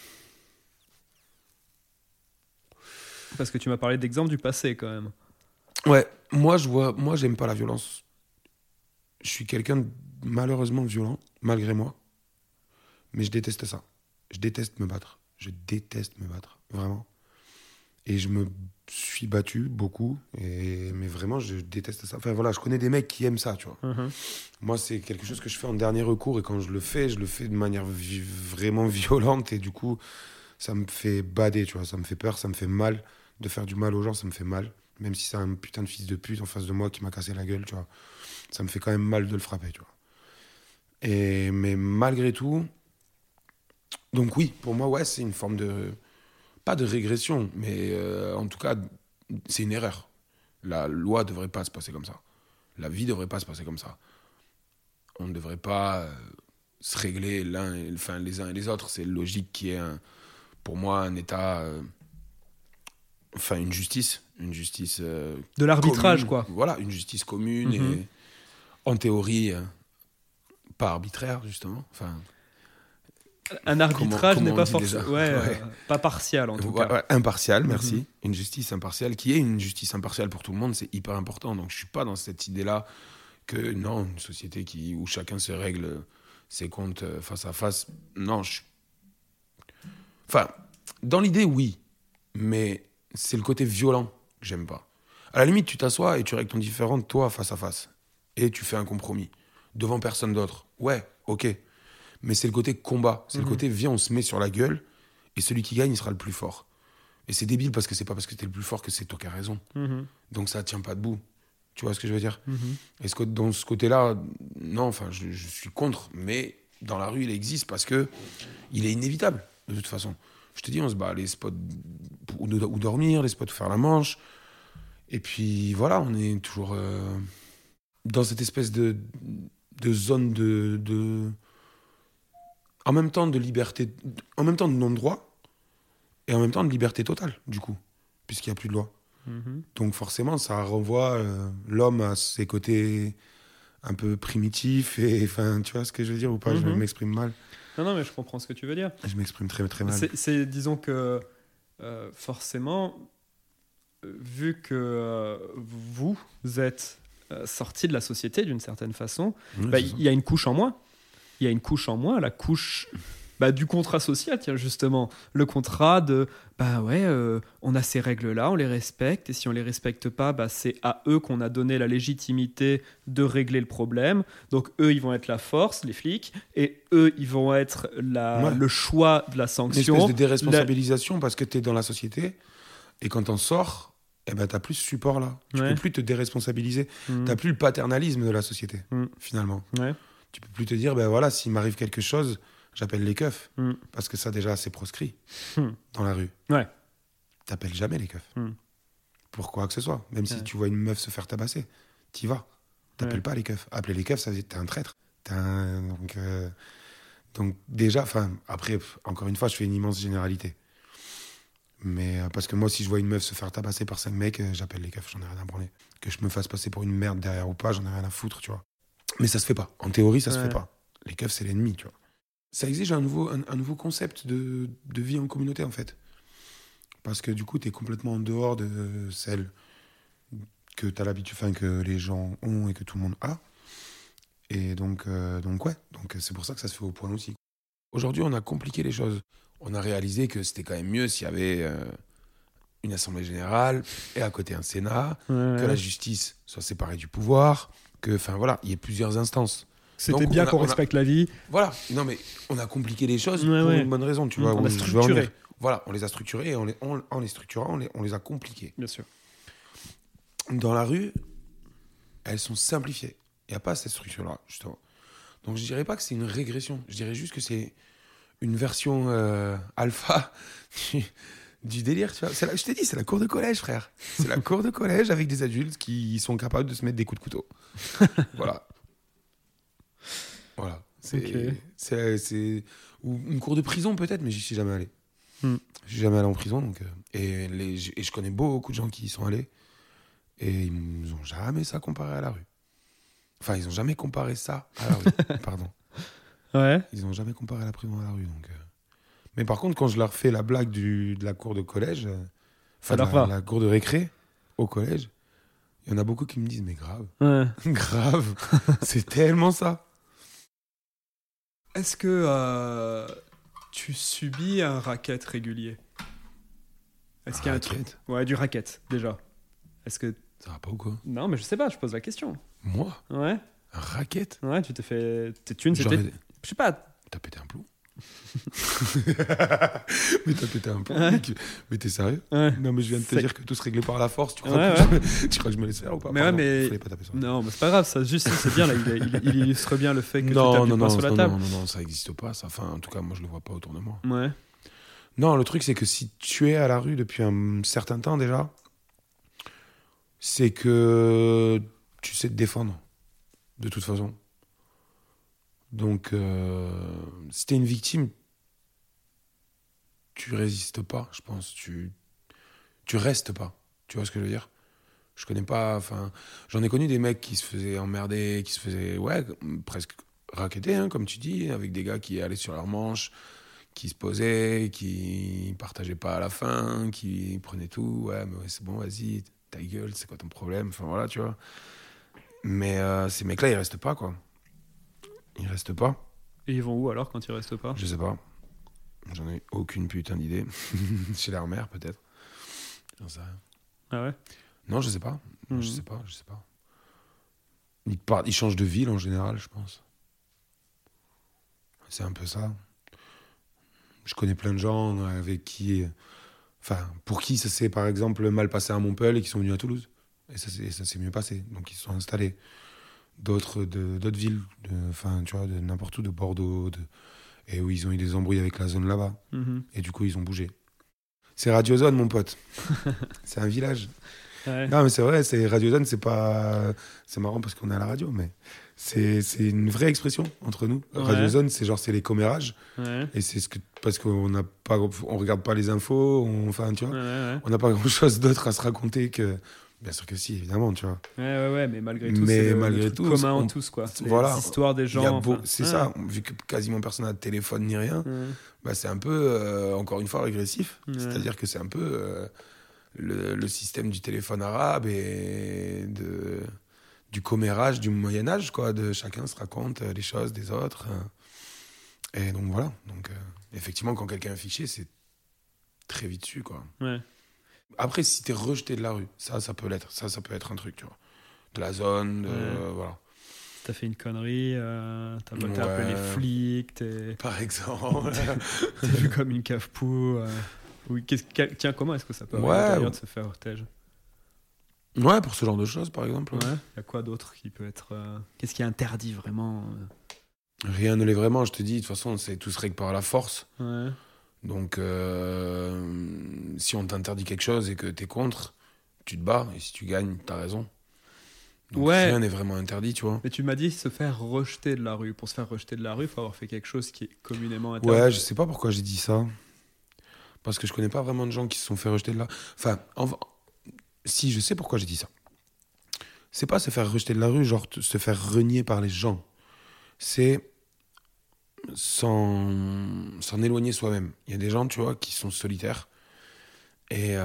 Parce que tu m'as parlé d'exemples du passé, quand même. Ouais, moi, j'aime pas la violence. Je suis quelqu'un de malheureusement violent, malgré moi. Mais je déteste ça. Je déteste me battre. Vraiment. Et je me suis battu beaucoup. Mais vraiment, je déteste ça. Enfin voilà, je connais des mecs qui aiment ça, tu vois. Moi, c'est quelque chose que je fais en dernier recours. Et quand je le fais de manière vraiment violente. Et du coup, ça me fait bader, tu vois. Ça me fait peur, ça me fait mal. De faire du mal aux gens, ça me fait mal. Même si c'est un putain de fils de pute en face de moi qui m'a cassé la gueule, tu vois. Ça me fait quand même mal de le frapper, tu vois. Mais malgré tout... Donc oui, pour moi, ouais, c'est une forme de... Pas de régression, mais en tout cas, c'est une erreur. La loi ne devrait pas se passer comme ça. La vie ne devrait pas se passer comme ça. On ne devrait pas se régler les uns et les autres. C'est logique qu'il y ait, pour moi, un état... une justice. De l'arbitrage, commune. quoi. Voilà, une justice commune et en théorie pas arbitraire, justement. Un arbitrage comment n'est pas on dit déjà forcément... pas partial, en tout cas. Ouais, impartial, merci. Une justice impartiale, qui est une justice impartiale pour tout le monde, c'est hyper important. Donc je suis pas dans cette idée-là que, non, une société où chacun se règle ses comptes face à face. Non, dans l'idée, oui. Mais c'est le côté violent que j'aime pas. À la limite, tu t'assois et tu règles ton différend, toi, face à face. Et tu fais un compromis. Devant personne d'autre. Ouais, ok. Mais c'est le côté combat. C'est le côté, viens, on se met sur la gueule. Et celui qui gagne, il sera le plus fort. Et c'est débile parce que c'est pas parce que t'es le plus fort que c'est toi qui as raison. Donc ça tient pas debout. Tu vois ce que je veux dire ? Et dans ce côté-là, non, je suis contre. Mais dans la rue, il existe parce que il est inévitable, de toute façon. Je te dis, on se bat les spots où dormir, les spots où faire la manche. Et puis voilà, on est toujours dans cette espèce de zone de... En même temps de liberté, en même temps de non-droit, et en même temps de liberté totale, du coup, puisqu'il n'y a plus de loi. Donc forcément, ça renvoie l'homme à ses côtés un peu primitifs, et tu vois ce que je veux dire ou pas ? Je m'exprime mal. Non, mais je comprends ce que tu veux dire. Je m'exprime très, très mal. Disons que, forcément, vu que vous êtes sorti de la société d'une certaine façon, il y a une couche en moins. Il y a une couche en moins, la couche du contrat social, tiens, justement. Le contrat de, on a ces règles-là, on les respecte, et si on les respecte pas, c'est à eux qu'on a donné la légitimité de régler le problème. Donc eux, ils vont être la force, les flics, et eux, ils vont être le choix de la sanction. Une espèce de déresponsabilisation parce que tu es dans la société, et quand t'en sors, t'as plus ce support-là. Tu peux plus te déresponsabiliser. T'as plus le paternalisme de la société, finalement. Tu peux plus te dire, s'il m'arrive quelque chose, j'appelle les keufs. Parce que ça, déjà, c'est proscrit dans la rue. Ouais. T'appelles jamais les keufs. Pour quoi que ce soit. Même si tu vois une meuf se faire tabasser, t'y vas. T'appelles pas les keufs. Appeler les keufs, ça veut dire que t'es un traître. Donc déjà, après, encore une fois, je fais une immense généralité. Mais parce que moi, si je vois une meuf se faire tabasser par 5 mecs, j'appelle les keufs, j'en ai rien à branler. Que je me fasse passer pour une merde derrière ou pas, j'en ai rien à foutre, tu vois. Mais ça se fait pas. En théorie, ça se fait pas. Les keufs, c'est l'ennemi, tu vois. Ça exige un nouveau concept de vie en communauté, en fait. Parce que du coup, t'es complètement en dehors de celle que t'as l'habitude, que les gens ont et que tout le monde a. Et donc c'est pour ça que ça se fait au point aussi. Aujourd'hui, on a compliqué les choses. On a réalisé que c'était quand même mieux s'il y avait une assemblée générale et à côté un Sénat, que la justice soit séparée du pouvoir, que, il y ait plusieurs instances. C'était bien qu'on respecte la vie. Voilà, non mais on a compliqué les choses pour une bonne raison, tu vois. On a structuré. Voilà, on les a structurés et en les structurant, on les a compliqués. Bien sûr. Dans la rue, elles sont simplifiées. Il n'y a pas cette structure-là, justement. Donc je ne dirais pas que c'est une régression. Je dirais juste que c'est une version alpha du délire. Tu vois. Je t'ai dit, c'est la cour de collège, frère. C'est la cour de collège avec des adultes qui sont capables de se mettre des coups de couteau. Voilà. Voilà. Ok. Ou une cour de prison peut-être, mais j'y suis jamais allé. Hmm. Je suis jamais allé en prison, donc et je connais beaucoup de gens qui y sont allés et ils nous ont jamais ça comparé à la rue. Enfin, ils ont jamais comparé ça à la rue. Pardon. Ouais. Ils ont jamais comparé la prison à la rue, donc. Mais par contre, quand je leur fais la blague de la cour de collège, Ça enfin leur va. la cour de récré au collège, il y en a beaucoup qui me disent mais grave, Ouais. grave, c'est tellement ça. Est-ce que tu subis un racket régulier? Est-ce qu'il y a un truc? Raquette, Ouais, du racket, déjà. Est-ce que... ça va pas ou quoi? Non, mais je sais pas, je pose la question. Moi, Ouais. un raquette? Ouais, tu t'es fait... Tes thunes, Genre, c'était... Je sais pas. t'as pété un plomb? Mais t'as pété un plomb, Ouais. mec. Mais t'es sérieux? Ouais. Non, mais je viens de te C'est- dire que tout se réglait par la force. Tu crois, Ouais, tu crois que je me laisse faire ou pas? Mais ouais, Pardon, mais- fallait pas taper sur. Non, mais c'est pas grave, ça, juste, c'est bien, là, il illustre bien le fait que tu Non, tapes non, du poing non, sur la non, table. non, non, ça existe pas. Ça. Enfin, en tout cas, moi, je le vois pas autour de moi. Ouais. Non, le truc, c'est que si tu es à la rue depuis un certain temps déjà, c'est que tu sais te défendre, de toute façon. Donc, si t'es une victime, tu résistes pas, je pense. Tu restes pas. Tu vois ce que je veux dire? Je connais pas. Enfin, j'en ai connu des mecs qui se faisaient emmerder, qui se faisaient, ouais, presque racketter, hein, comme tu dis, avec des gars qui allaient sur leurs manches, qui se posaient, qui partageaient pas à la fin, qui prenaient tout. Ouais, mais ouais, c'est bon, vas-y, ta gueule, c'est quoi ton problème? Enfin, voilà, tu vois. Mais ces mecs-là, ils restent pas, quoi. Ils restent pas. Et ils vont où alors quand ils restent pas? Je sais pas. J'en ai aucune putain d'idée. Chez leur mère, peut-être. J'en sais rien. Ah ouais? Non, je sais pas. Non, je Mhm. sais pas, je sais pas. Ils changent de ville en général, je pense. C'est un peu ça. Je connais plein de gens avec qui. Enfin, pour qui ça s'est par exemple mal passé à Montpellier et qui sont venus à Toulouse. Et ça s'est mieux passé. Donc ils se sont installés. D'autres d'autres villes, enfin, tu vois, de n'importe où, de Bordeaux, et où ils ont eu des embrouilles avec la zone là-bas. Mhm. Et du coup, ils ont bougé. C'est Radiozone, mon pote. C'est un village. Ouais. Non, mais c'est vrai, c'est Radiozone, c'est pas. C'est marrant parce qu'on est à la radio, mais c'est une vraie expression entre nous. Ouais. Radiozone, c'est genre, c'est les commérages. Ouais. Et c'est parce qu'on n'a pas, on regarde pas les infos, enfin, tu vois, Ouais, ouais. on n'a pas grand chose d'autre à se raconter que. Bien sûr que si, évidemment, tu vois. Ouais, mais malgré tout, Mais c'est le malgré truc tout, commun en on- tous, quoi. voilà. Les histoires des Il y a gens. enfin. c'est Ouais. ça, vu que quasiment personne n'a de téléphone ni rien, Ouais. bah, c'est un peu, encore une fois, régressif. Ouais. C'est-à-dire que c'est un peu le système du téléphone arabe et du commérage du Moyen-Âge, quoi. De chacun se raconte les choses des autres. Et donc voilà. Donc, effectivement, quand quelqu'un est fiché, c'est très vite su, quoi. Ouais. Après, si t'es rejeté de la rue, ça peut l'être. Ça peut être un truc, tu vois. De la zone, Ouais. voilà. T'as fait une connerie, t'as voté un peu Ouais. les flics, t'es Par exemple. vu comme une cave-pou. Oui, tiens, comment est-ce que ça peut arriver Ouais. d'ailleurs de se faire ortège? Ouais, pour ce genre de choses, par exemple. Ouais. Il y a quoi d'autre qui peut être. Qu'est-ce qui est interdit vraiment? Rien ne l'est vraiment, je te dis. De toute façon, tout se règle par la force. Ouais. Donc, si on t'interdit quelque chose et que t'es contre, tu te bats. Et si tu gagnes, t'as raison. Donc, Ouais. rien n'est vraiment interdit, tu vois. Mais tu m'as dit se faire rejeter de la rue. Pour se faire rejeter de la rue, il faut avoir fait quelque chose qui est communément interdit. Ouais, je sais pas pourquoi j'ai dit ça. Parce que je connais pas vraiment de gens qui se sont fait rejeter de là. Enfin, si, je sais pourquoi j'ai dit ça. C'est pas se faire rejeter de la rue, genre se faire renier par les gens. C'est s'en éloigner soi-même. Il y a des gens, tu vois, qui sont solitaires. Et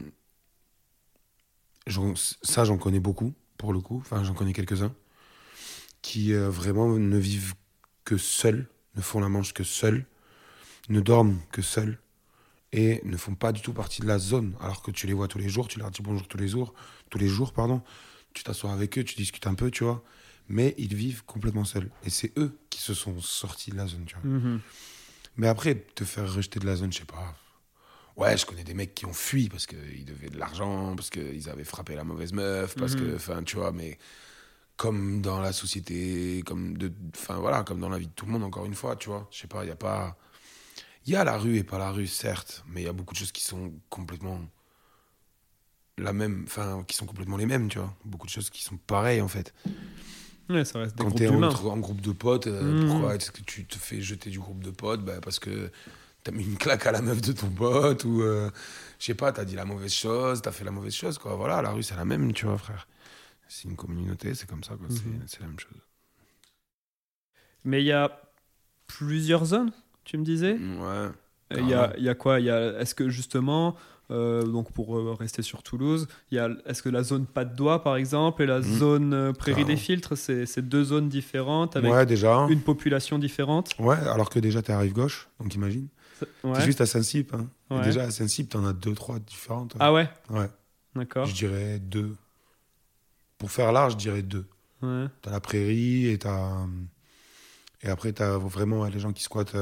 ça, j'en connais beaucoup, pour le coup. Enfin, j'en connais quelques-uns. Qui vraiment ne vivent que seuls, ne font la manche que seuls, ne dorment que seuls. Et ne font pas du tout partie de la zone, alors que tu les vois tous les jours, tu leur dis bonjour tous les jours, pardon. Tu t'assois avec eux, tu discutes un peu, tu vois. Mais ils vivent complètement seuls. Et c'est eux qui se sont sortis de la zone, tu vois. Mhm. Mais après, te faire rejeter de la zone, je sais pas. Ouais, je connais des mecs qui ont fui parce qu'ils devaient de l'argent, parce qu'ils avaient frappé la mauvaise meuf, parce que, enfin, tu vois, mais comme dans la société, comme dans la vie de tout le monde, encore une fois, tu vois. Je sais pas, il y a pas. Il y a la rue et pas la rue, certes, mais il y a beaucoup de choses qui sont complètement qui sont complètement les mêmes, tu vois. Beaucoup de choses qui sont pareilles, en fait. Ouais, ça reste des Quand groupes t'es d'humains. en groupe de potes, pourquoi est-ce que tu te fais jeter du groupe de potes? Parce que t'as mis une claque à la meuf de ton pote ou je sais pas, t'as dit la mauvaise chose, t'as fait la mauvaise chose, quoi. Voilà, la rue c'est la même, tu vois, frère. C'est une communauté, c'est comme ça, quoi. C'est la même chose. Mais il y a plusieurs zones, tu me disais. Ouais. Il y a quoi? Est-ce que justement, donc pour rester sur Toulouse, est-ce que la zone Pas de Doigt, par exemple, et la zone Prairie des Filtres, c'est deux zones différentes avec Ouais, déjà. une population différente? Ouais, alors que déjà t'es à rive gauche, donc imagine. Ouais. T'es juste à Saint-Cyp. Hein. Et Ouais. déjà à Saint-Cyp, t'en as 2-3 différentes. Ah ouais? Ouais. D'accord. Je dirais 2. Pour faire large, je dirais 2. Ouais. T'as la prairie et après t'as vraiment les gens qui squattent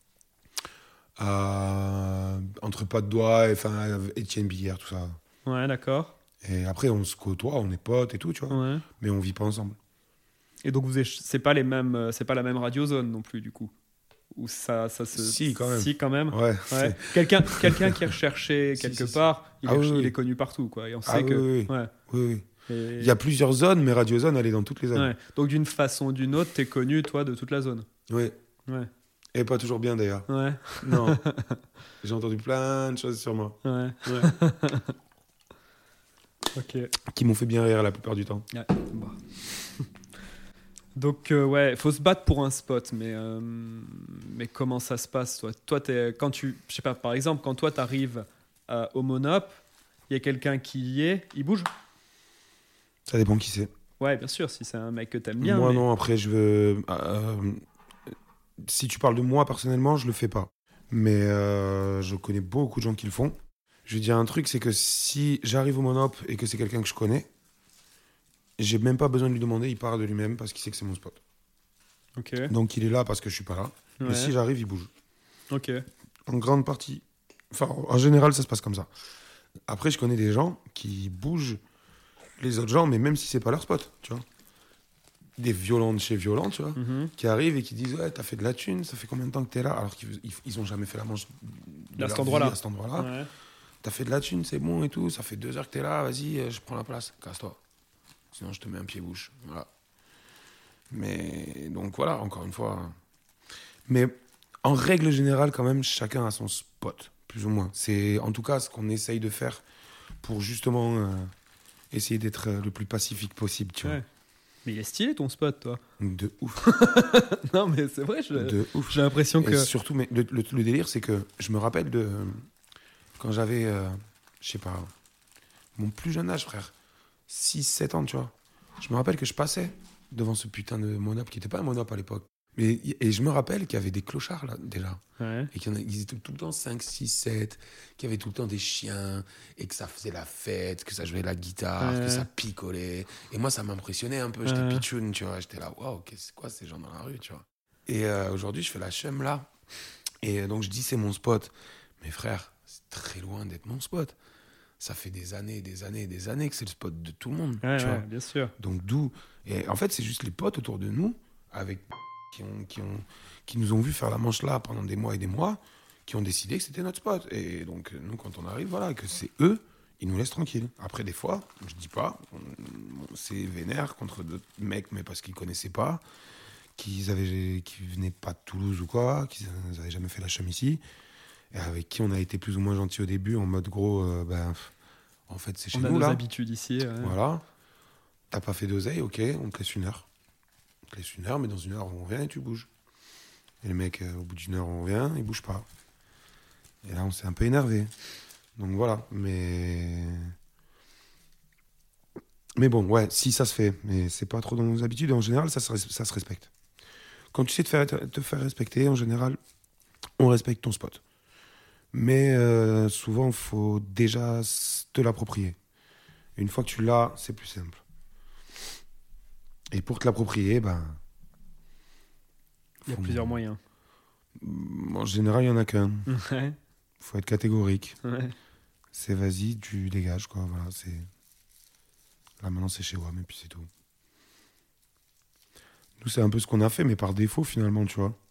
entre Pas de Doigt et Étienne Billère, tout ça. Ouais, d'accord. Et après on se côtoie, on est potes et tout, tu vois. Ouais. Mais on vit pas ensemble. Et donc c'est pas les mêmes, c'est pas la même radiozone non plus du coup. Ou ça se. Si, quand même. Si quand même. Ouais. Ouais. Quelqu'un qui est recherché quelque part, il oui. est connu partout quoi. Et on sait Ah que. oui, oui. Ouais. Oui. Et- Il y a plusieurs zones, mais Radiozone, elle est dans toutes les zones. Ouais. Donc d'une façon ou d'une autre, t'es connu toi de toute la zone. Oui. Ouais. Et pas toujours bien d'ailleurs. Ouais. Non. J'ai entendu plein de choses sur moi. Ouais. Ouais. Ok. Qui m'ont fait bien rire la plupart du temps. Ouais. Bon. Donc ouais, faut se battre pour un spot, mais comment ça se passe toi? Toi, je sais pas, par exemple, quand toi t'arrives au Monop, il y a quelqu'un qui y est, il bouge? Ça dépend qui c'est. Ouais, bien sûr, si c'est un mec que t'aimes bien. Moi, mais- non, après, je veux. Si tu parles de moi personnellement, je le fais pas. Mais je connais beaucoup de gens qui le font. Je veux dire un truc, c'est que si j'arrive au Monop et que c'est quelqu'un que je connais, j'ai même pas besoin de lui demander, il part de lui-même parce qu'il sait que c'est mon spot. Ok. Donc il est là parce que je suis pas là. Ouais. Mais si j'arrive, il bouge. Ok. En grande partie. Enfin, en général, ça se passe comme ça. Après, je connais des gens qui bougent les autres gens, mais même si c'est pas leur spot, tu vois. Des violents de chez violents, tu vois, Mhm. qui arrivent et qui disent ouais, t'as fait de la thune, ça fait combien de temps que t'es là, alors qu'ils ont jamais fait la manche de À cet leur endroit-là. vie à cet endroit-là. Ouais. T'as fait de la thune, c'est bon et tout, ça fait 2 heures que t'es là, vas-y, je prends la place, casse-toi. Sinon, je te mets un pied-bouche. Voilà. Mais donc voilà, encore une fois. Mais en règle générale, quand même, chacun a son spot, plus ou moins. C'est en tout cas ce qu'on essaye de faire pour justement essayer d'être le plus pacifique possible, tu vois. Ouais. Mais il est stylé ton spot, toi. De ouf. Non, mais c'est vrai, De ouf. j'ai l'impression Et que. surtout, mais le délire, c'est que je me rappelle de quand j'avais, je sais pas, mon plus jeune âge, frère, 6-7 ans, tu vois. Je me rappelle que je passais devant ce putain de Monop, qui n'était pas un Monop à l'époque. Et je me rappelle qu'il y avait des clochards, là, déjà. Ouais. Et qu'ils étaient tout le temps 5, 6, 7, qu'il y avait tout le temps des chiens, et que ça faisait la fête, que ça jouait la guitare, Ouais. que ça picolait. Et moi, ça m'impressionnait un peu. J'étais Ouais. pitchoun, tu vois. J'étais là, waouh, c'est quoi ces gens dans la rue, tu vois. Et aujourd'hui, je fais la chum là. Et donc, je dis, c'est mon spot. Mais frère, c'est très loin d'être mon spot. Ça fait des années que c'est le spot de tout le monde, Ouais, tu ouais, vois. bien sûr. Donc, d'où. Et en fait, c'est juste les potes autour de nous, avec qui nous ont vu faire la manche là pendant des mois et des mois, qui ont décidé que c'était notre spot. Et donc, nous, quand on arrive, voilà, que c'est eux, ils nous laissent tranquilles. Après, des fois, je dis pas, c'est vénère contre d'autres mecs, mais parce qu'ils connaissaient pas, qui venaient pas de Toulouse ou quoi, qui n'avaient jamais fait la chum ici, et avec qui on a été plus ou moins gentil au début, en mode gros, en fait, c'est chez On a nous nos là. habitudes ici. Ouais. Voilà. T'as pas fait d'oseille, ok, on te laisse 1 heure. On te laisse 1 heure, mais dans 1 heure, on revient et tu bouges. Et le mec, au bout d'1 heure, on revient, il bouge pas. Et là, on s'est un peu énervé. Donc voilà, mais bon, ouais, si ça se fait, mais c'est pas trop dans nos habitudes. Et en général, ça se respecte. Quand tu sais te faire respecter, en général, on respecte ton spot. Mais souvent, il faut déjà te l'approprier. Une fois que tu l'as, c'est plus simple. Et pour te l'approprier, Il y a plusieurs moyens. en général, il n'y en a qu'un. Ouais. Faut être catégorique. Ouais. C'est vas-y, tu dégages, quoi. Voilà, c'est. Là, maintenant, c'est chez WAM, et puis c'est tout. Nous, c'est un peu ce qu'on a fait, mais par défaut, finalement, tu vois.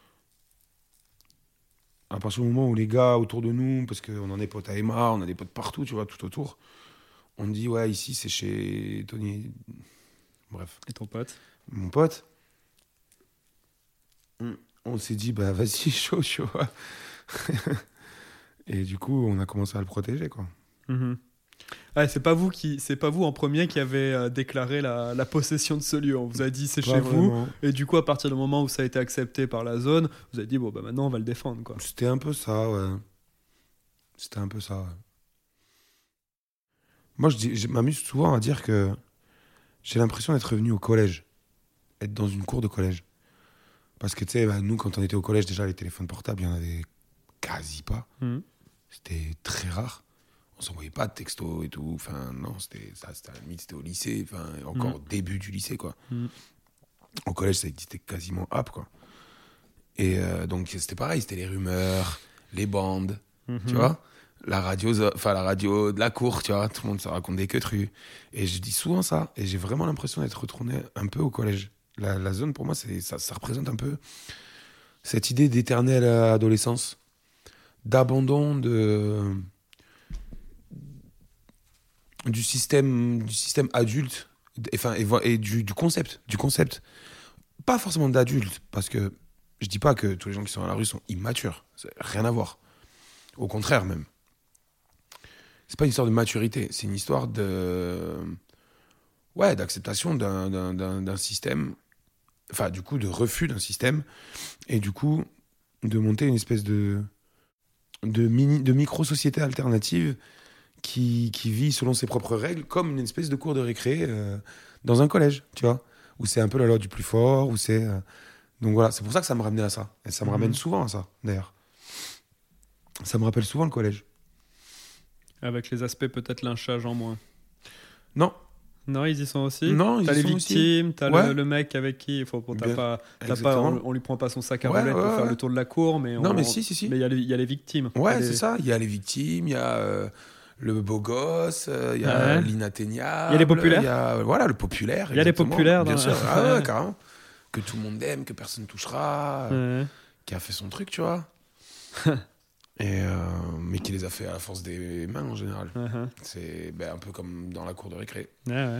À partir du moment où les gars autour de nous, parce qu'on en est potes à Emma, on a des potes partout, tu vois, tout autour, on dit, ouais, ici, c'est chez Tony. Bref. Et ton pote? Mon pote, on s'est dit, bah vas-y, chaud. Et du coup, on a commencé à le protéger, quoi. Mhm. Ouais, c'est pas vous en premier qui avez déclaré la possession de ce lieu. On vous a dit c'est Pas chez vous. vraiment. Et du coup, à partir du moment où ça a été accepté par la zone, vous avez dit bon, bah maintenant on va le défendre, quoi. C'était un peu ça, ouais. C'était un peu ça, ouais. Moi, je m'amuse souvent à dire que j'ai l'impression d'être revenu au collège, être dans une cour de collège. Parce que, tu sais, bah, nous, quand on était au collège, déjà, les téléphones portables, il y en avait quasi pas. Mhm. C'était très rare. On s'envoyait pas de textos et tout. Enfin, non, c'était à la limite, c'était au lycée. Enfin, encore au début du lycée, quoi. Mhm. Au collège, ça existait quasiment app, quoi. Et donc, c'était pareil, c'était les rumeurs, les bandes, tu vois. La radio de la cour, tu vois. Tout le monde se raconte des queutrues. Et je dis souvent ça. Et j'ai vraiment l'impression d'être retourné un peu au collège. La zone, pour moi, ça représente un peu cette idée d'éternelle adolescence, d'abandon du système adulte, et du concept. Pas forcément d'adulte, parce que je dis pas que tous les gens qui sont à la rue sont immatures. Ça n'a rien à voir. Au contraire, même. C'est pas une histoire de maturité, c'est une histoire d'acceptation d'un système, enfin, du coup, de refus d'un système, et du coup, de monter une espèce de micro-société alternative qui vit selon ses propres règles, comme une espèce de cour de récré dans un collège, tu vois, où c'est un peu la loi du plus fort, où c'est... Donc voilà, c'est pour ça que ça me ramenait à ça. Et ça me ramène souvent à ça, d'ailleurs. Ça me rappelle souvent le collège. Avec les aspects peut-être lynchage en moins. Non. Non, ils y sont aussi. Non, ils t'as y les sont victimes, aussi. t'as Ouais. le mec avec qui t'as Exactement. pas, on lui prend pas son sac à Ouais, roulettes pour ouais, faire ouais. le tour de la cour, mais Non, mais si. mais il y a les victimes. Ouais, Il y a c'est les- ça. Il y a les victimes, il y a le beau gosse, il y a Ouais. l'inatteignable. Il y a les populaires. Il y a, voilà, le populaire. Il y a les exactement. populaires Bien dans- sûr. Ah ouais, carrément. Que tout le monde aime, que personne ne touchera, Ouais. qui a fait son truc, tu vois. Mais qui les a fait à la force des mains, en général. Uh-huh. C'est un peu comme dans la cour de récré. Ouais.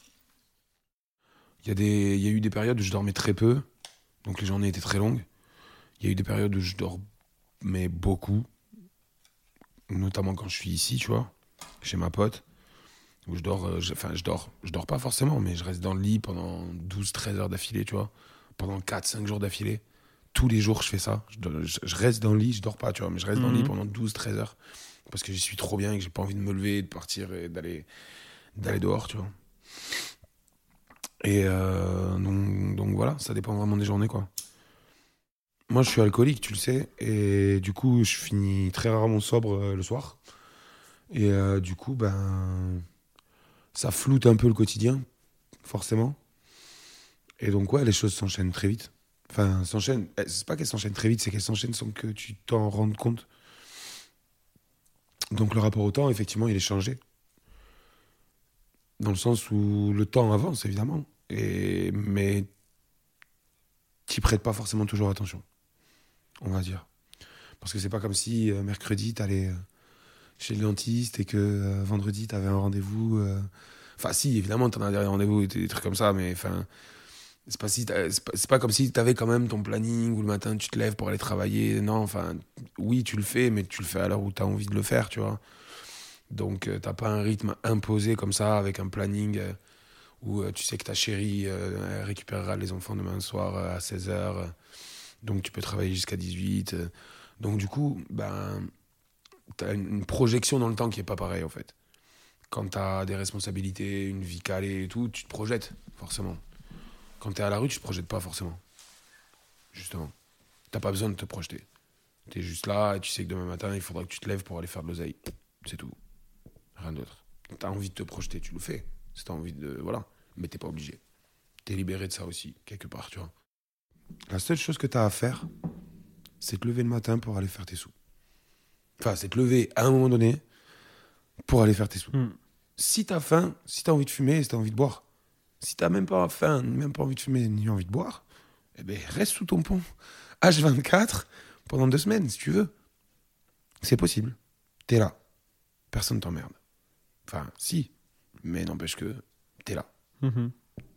Il y a eu des périodes où je dormais très peu, donc les journées étaient très longues. Il y a eu des périodes où je dormais beaucoup, notamment quand je suis ici, tu vois, chez ma pote, où je dors pas forcément, mais je reste dans le lit pendant 12-13 heures d'affilée, tu vois, pendant 4-5 jours d'affilée. Tous les jours, je fais ça. Je reste dans le lit, je dors pas, tu vois, mais je reste dans le lit pendant 12-13 heures, parce que j'y suis trop bien et que j'ai pas envie de me lever, de partir et d'aller dehors, tu vois. Et donc voilà, ça dépend vraiment des journées, quoi. Moi, je suis alcoolique, tu le sais, et du coup, je finis très rarement sobre le soir. Et du coup, ça floute un peu le quotidien, forcément. Et donc, ouais, les choses s'enchaînent très vite. Enfin, c'est pas qu'elles s'enchaînent très vite, c'est qu'elles s'enchaînent sans que tu t'en rendes compte. Donc, le rapport au temps, effectivement, il est changé. Dans le sens où le temps avance, évidemment. Mais t'y prêtes pas forcément toujours attention, on va dire. Parce que c'est pas comme si mercredi t'allais chez le dentiste et que vendredi t'avais un rendez-vous. Enfin, si, évidemment, t'en as des rendez-vous et des trucs comme ça, mais enfin, c'est pas comme si t'avais quand même ton planning où le matin tu te lèves pour aller travailler. Non, enfin, oui, tu le fais, mais tu le fais à l'heure où t'as envie de le faire, tu vois. Donc, t'as pas un rythme imposé comme ça avec un planning. Où tu sais que ta chérie elle récupérera les enfants demain soir à 16h, donc tu peux travailler jusqu'à 18. Donc du coup, tu as une projection dans le temps qui n'est pas pareille en fait. Quand tu as des responsabilités, une vie calée et tout, tu te projettes forcément. Quand tu es à la rue, tu te projettes pas forcément. Justement. T'as pas besoin de te projeter. Tu es juste là et tu sais que demain matin, il faudra que tu te lèves pour aller faire de l'oseille. C'est tout. Rien d'autre. Tu as envie de te projeter, tu le fais. Si tu as envie de... Voilà. Mais t'es pas obligé. T'es libéré de ça aussi, quelque part, tu vois. La seule chose que t'as à faire, c'est te lever le matin pour aller faire tes sous. Enfin, c'est te lever à un moment donné pour aller faire tes sous. Si t'as faim, si t'as envie de fumer, si t'as envie de boire, si t'as même pas faim, même pas envie de fumer, ni envie de boire, eh ben, reste sous ton pont. H24 pendant 2 semaines, si tu veux. C'est possible. T'es là. Personne t'emmerde. Enfin, si. Mais n'empêche que t'es là.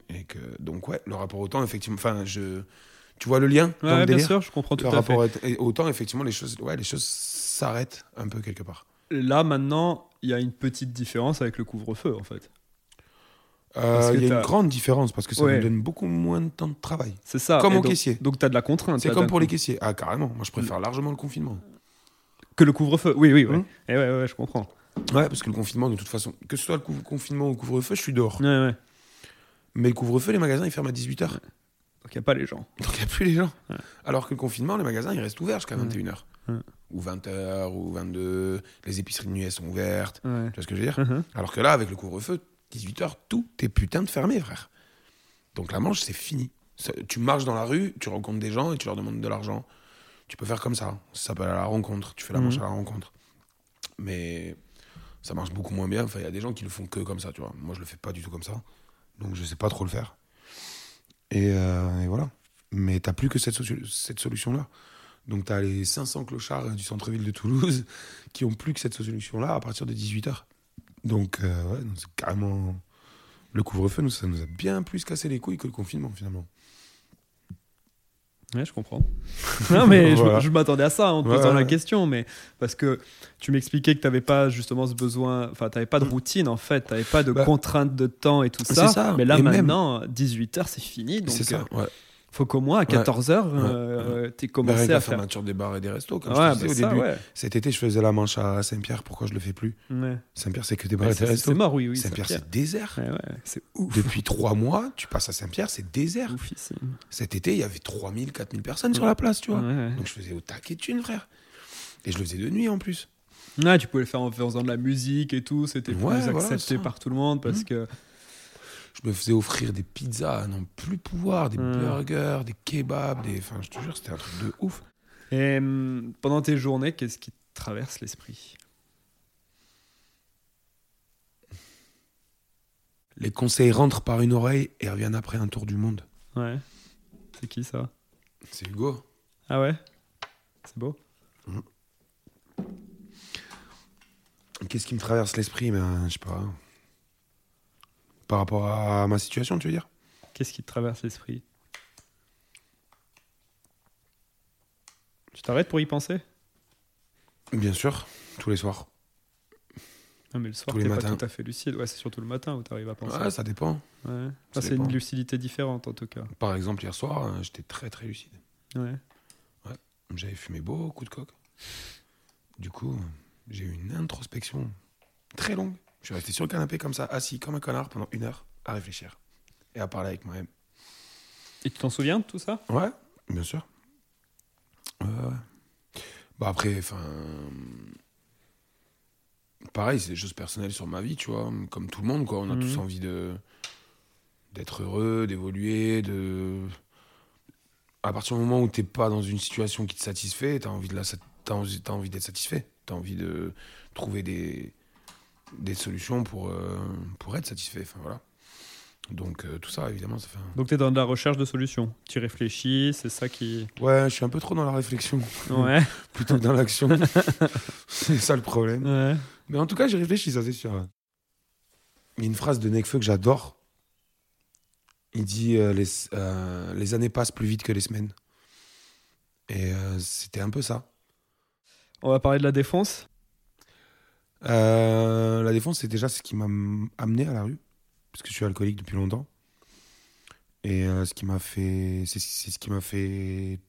Et que, donc, ouais, le rapport au temps, effectivement. Enfin, tu vois le lien dans le Ouais, bien délire. sûr, je comprends tout Le à fait. rapport au temps, effectivement, les choses s'arrêtent un peu quelque part. Là, maintenant, il y a une petite différence avec le couvre-feu, en fait. Il y a que une t'as- grande différence parce que ça Ouais. nous donne beaucoup moins de temps de travail. C'est ça. Comme Et au donc, caissier. Donc, tu as de la contrainte. C'est là, comme d'un pour les coup. caissiers. Ah, carrément. Moi, je préfère largement le confinement. Que le couvre-feu. Oui, oui, ouais. Hum. Et ouais, je comprends. Ouais, parce que le confinement, de toute façon, que ce soit le confinement ou le couvre-feu, je suis dehors. Ouais. Mais le couvre-feu, les magasins, ils ferment à 18h. Donc, il n'y a pas les gens. Donc, il n'y a plus les gens. Ouais. Alors que le confinement, les magasins, ils restent ouverts jusqu'à 21h. Ouais. Ou 20h, ou 22. Les épiceries de nuit, elles sont ouvertes. Ouais. Tu vois ce que je veux dire? Mhm. Alors que là, avec le couvre-feu, 18h, tout est putain de fermé, frère. Donc la manche, c'est fini. Tu marches dans la rue, tu rencontres des gens et tu leur demandes de l'argent. Tu peux faire comme ça. Ça s'appelle à la rencontre. Tu fais la manche à la rencontre. Mais ça marche beaucoup moins bien. Enfin, il y a des gens qui le font que comme ça, tu vois. Moi, je le fais pas du tout comme ça. Donc je sais pas trop le faire. Et voilà. Mais t'as plus que cette solution-là. Donc t'as les 500 clochards du centre-ville de Toulouse qui ont plus que cette solution-là à partir de 18h. Donc, ouais, donc c'est carrément... Le couvre-feu, ça nous a bien plus cassé les couilles que le confinement, finalement. Ouais, je comprends. Non, mais Voilà. je m'attendais à ça en te Ouais, posant la ouais. question, mais parce que tu m'expliquais que tu n'avais pas justement ce besoin, enfin, tu n'avais pas de routine en fait, tu n'avais pas de Bah, contraintes de temps et tout c'est ça. ça. Mais là Et même- maintenant, 18h, c'est fini. Donc, C'est ça, ouais. faut qu'au moins à 14h, tu aies Bah, commencé avec à la faire. fermeture des bars et des restos, comme Ouais, je te disais bah au ça, début. ouais. Cet été, je faisais la manche à Saint-Pierre. Pourquoi je le fais plus? Ouais. Saint-Pierre, c'est que des bars Ouais, et des c'est restos. mort, oui. Saint-Pierre, Saint-Pierre. c'est désert. Ouais, c'est ouf. Depuis 3 mois, tu passes à Saint-Pierre, c'est désert. Oufissime. Cet été, il y avait 3000, 4000 personnes sur la place, tu vois. Ouais. Donc je faisais au taquet de thunes, frère. Et je le faisais de nuit en plus. Ouais, tu pouvais le faire en faisant de la musique et tout, c'était plus Ouais, voilà, accepté ça. par tout le monde parce que. Je me faisais offrir des pizzas à n'en plus pouvoir, des burgers, des kebabs, Enfin, je te jure, c'était un truc de ouf. Et pendant tes journées, qu'est-ce qui te traverse l'esprit? Les conseils rentrent par une oreille et reviennent après un tour du monde. Ouais. C'est qui ça? C'est Hugo. Ah ouais? C'est beau. Qu'est-ce qui me traverse l'esprit? Je sais pas. Par rapport à ma situation, tu veux dire? Qu'est-ce qui te traverse l'esprit? Tu t'arrêtes pour y penser? Bien sûr, tous les soirs. Non, mais le soir, Tous les t'es pas matins. tout à fait lucide. Ouais, c'est surtout le matin où t'arrives à penser. Ouais, ça dépend. Ouais. Ça C'est dépend. une lucidité différente en tout cas. Par exemple, hier soir, j'étais très très lucide. Ouais. J'avais fumé beaucoup de coke. Du coup, j'ai eu une introspection très longue. Je suis resté sur le canapé comme ça, assis comme un connard pendant 1 heure, à réfléchir et à parler avec moi-même. Et tu t'en souviens de tout ça? Ouais, bien sûr. Ouais. Bah après, pareil, c'est des choses personnelles sur ma vie, tu vois. Comme tout le monde, quoi. On a tous envie d'être heureux, d'évoluer, À partir du moment où t'es pas dans une situation qui te satisfait, t'as envie d'être satisfait. T'as envie de trouver des solutions pour être satisfait. Enfin, voilà. Donc tout ça, évidemment, ça fait Donc t'es dans de la recherche de solutions. Tu réfléchis, c'est ça qui. Ouais, je suis un peu trop dans la réflexion, Ouais. plutôt que dans l'action. C'est ça le problème. Ouais. Mais en tout cas, j'ai réfléchi, ça c'est sûr. Il y a une phrase de Nekfeu que j'adore. Il dit les années passent plus vite que les semaines. Et c'était un peu ça. On va parler de la défense. La défense, c'est déjà ce qui m'a amené à la rue, parce que je suis alcoolique depuis longtemps. Et ce qui m'a fait, c'est ce qui m'a fait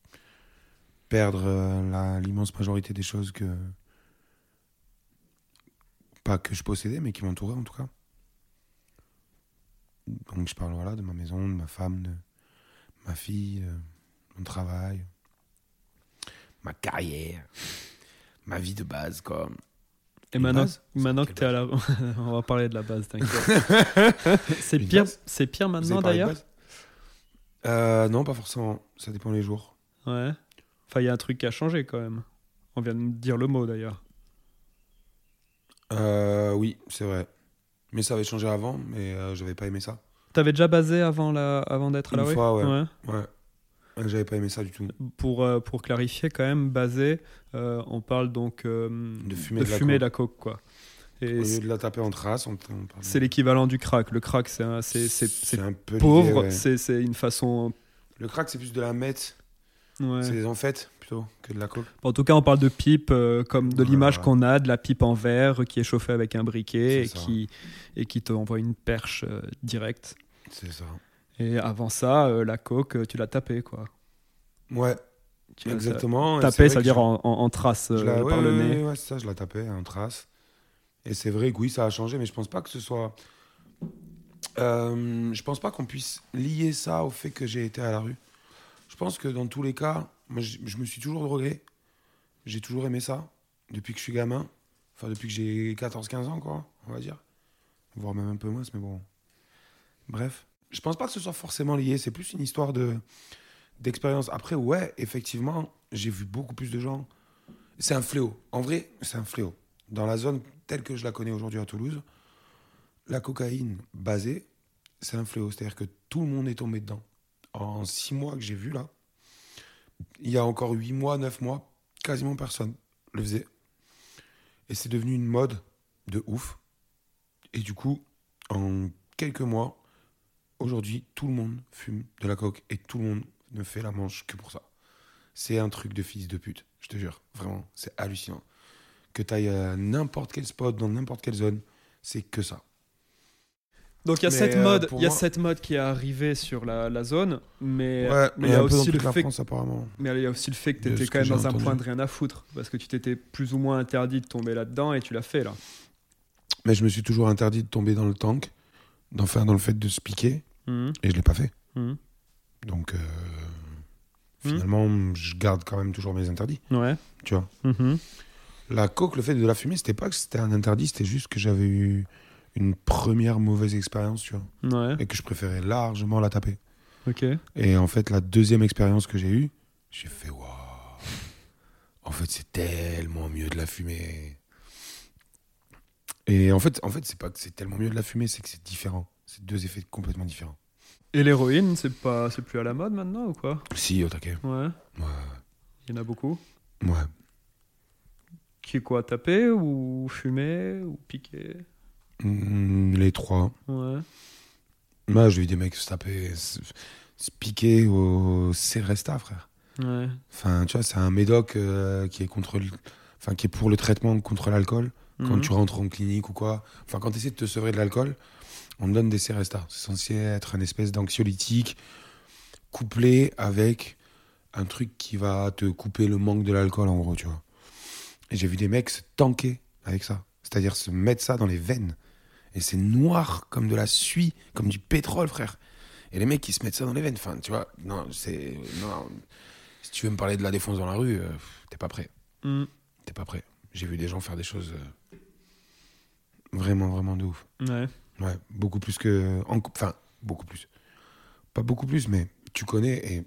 perdre l'immense majorité des choses pas que je possédais, mais qui m'entouraient en tout cas. Donc je parle de ma maison, de ma femme, de ma fille, mon travail, ma carrière, ma vie de base, quoi. Et Une maintenant, base maintenant que Quelle t'es à la... On va parler de la base, t'inquiète. C'est Une pire, base c'est pire Vous maintenant avez parlé de d'ailleurs. base Non, pas forcément. Ça dépend des jours. Ouais. Enfin, il y a un truc qui a changé quand même. On vient de me dire le mot d'ailleurs. Oui, c'est vrai. Mais ça avait changé avant, mais j'avais pas aimé ça. T'avais déjà basé avant d'être à la Une rue? fois, ouais. Ouais. J'avais pas aimé ça du tout. Pour clarifier quand même, basé, on parle donc De fumer de de la fumer coke. de la coke, quoi. Et Au lieu de la taper en trace, on parle- c'est l'équivalent du crack. Le crack, c'est un peu pauvre, l'idée, ouais. c'est une façon. Le crack, c'est plus de la meth, Ouais. c'est des amphètes plutôt que de la coke. En tout cas, on parle de pipe comme de l'image Voilà. qu'on a de la pipe en verre qui est chauffée avec un briquet C'est ça. et qui te envoie une perche directe. C'est ça. Et avant ça, la coke, tu l'as tapée, quoi. Ouais, Tu l'as exactement. Et c'est tapée, vrai ça veut que dire en trace je la- par ouais, le ouais, nez. ouais, c'est ça, je la tapais en trace. Et c'est vrai que oui, ça a changé, mais je pense pas que ce soit. Je pense pas qu'on puisse lier ça au fait que j'ai été à la rue. Je pense que dans tous les cas, moi, je me suis toujours drogué. J'ai toujours aimé ça depuis que je suis gamin. Enfin, depuis que j'ai 14-15 ans, quoi, on va dire. Voire même un peu moins, mais bon. Bref. Je pense pas que ce soit forcément lié. C'est plus une histoire d'expérience. Après, ouais, effectivement, j'ai vu beaucoup plus de gens. C'est un fléau. En vrai, c'est un fléau. Dans la zone telle que je la connais aujourd'hui à Toulouse, la cocaïne basée, c'est un fléau. C'est-à-dire que tout le monde est tombé dedans. En 6 mois que j'ai vu là, il y a encore 8 mois, 9 mois, quasiment personne le faisait. Et c'est devenu une mode de ouf. Et du coup, en quelques mois, aujourd'hui, tout le monde fume de la coke et tout le monde ne fait la manche que pour ça. C'est un truc de fils de pute, je te jure. Vraiment, c'est hallucinant. Que tu ailles à n'importe quel spot, dans n'importe quelle zone, c'est que ça. Donc il y a Mais, cette mode, pour il y a moi- cette mode qui est arrivée sur la zone, mais Ouais, mais il y a un peu dans aussi le toute la fait, France apparemment. mais il y a aussi le fait que tu De étais ce quand que même dans j'ai un entendu. point de rien à foutre, parce que tu t'étais plus ou moins interdit de tomber là-dedans et tu l'as fait là. Mais je me suis toujours interdit de tomber dans le tank, d'enfer dans le fait de se piquer, Mhm. et je l'ai pas fait. Mhm. Donc, finalement, je garde quand même toujours mes interdits, Ouais. tu vois. Mhm. La coke, le fait de la fumer, c'était pas que c'était un interdit, c'était juste que j'avais eu une première mauvaise expérience, tu vois, Ouais. et que je préférais largement la taper. Ok. Et en fait, la deuxième expérience que j'ai eue, j'ai fait waouh. En fait, c'est tellement mieux de la fumer. Et en fait, c'est pas que c'est tellement mieux de la fumer, c'est que c'est différent. C'est deux effets complètement différents. Et l'héroïne, c'est plus à la mode maintenant ou quoi? Si, au taquet. Ouais. Ouais. Il y en a beaucoup. Ouais. Qui est quoi, taper ou fumer ou piquer? Les trois. Ouais. Moi, j'ai vu des mecs se taper, se piquer au Seresta, frère. Ouais. Enfin, tu vois, c'est un médoc qui est qui est pour le traitement contre l'alcool. Quand Mhm. tu rentres en clinique ou quoi. Enfin, quand tu essaies de te sevrer de l'alcool, on te donne des Seresta. C'est censé être une espèce d'anxiolytique couplé avec un truc qui va te couper le manque de l'alcool, en gros, tu vois. Et j'ai vu des mecs se tanker avec ça. C'est-à-dire se mettre ça dans les veines. Et c'est noir comme de la suie, comme du pétrole, frère. Et les mecs qui se mettent ça dans les veines, enfin, tu vois, non, c'est. Non. Si tu veux me parler de la défonce dans la rue, t'es pas prêt. Mhm. T'es pas prêt. J'ai vu des gens faire des choses vraiment, vraiment de ouf. Ouais. Ouais, beaucoup plus que. Enfin, beaucoup plus. Pas beaucoup plus, mais tu connais et.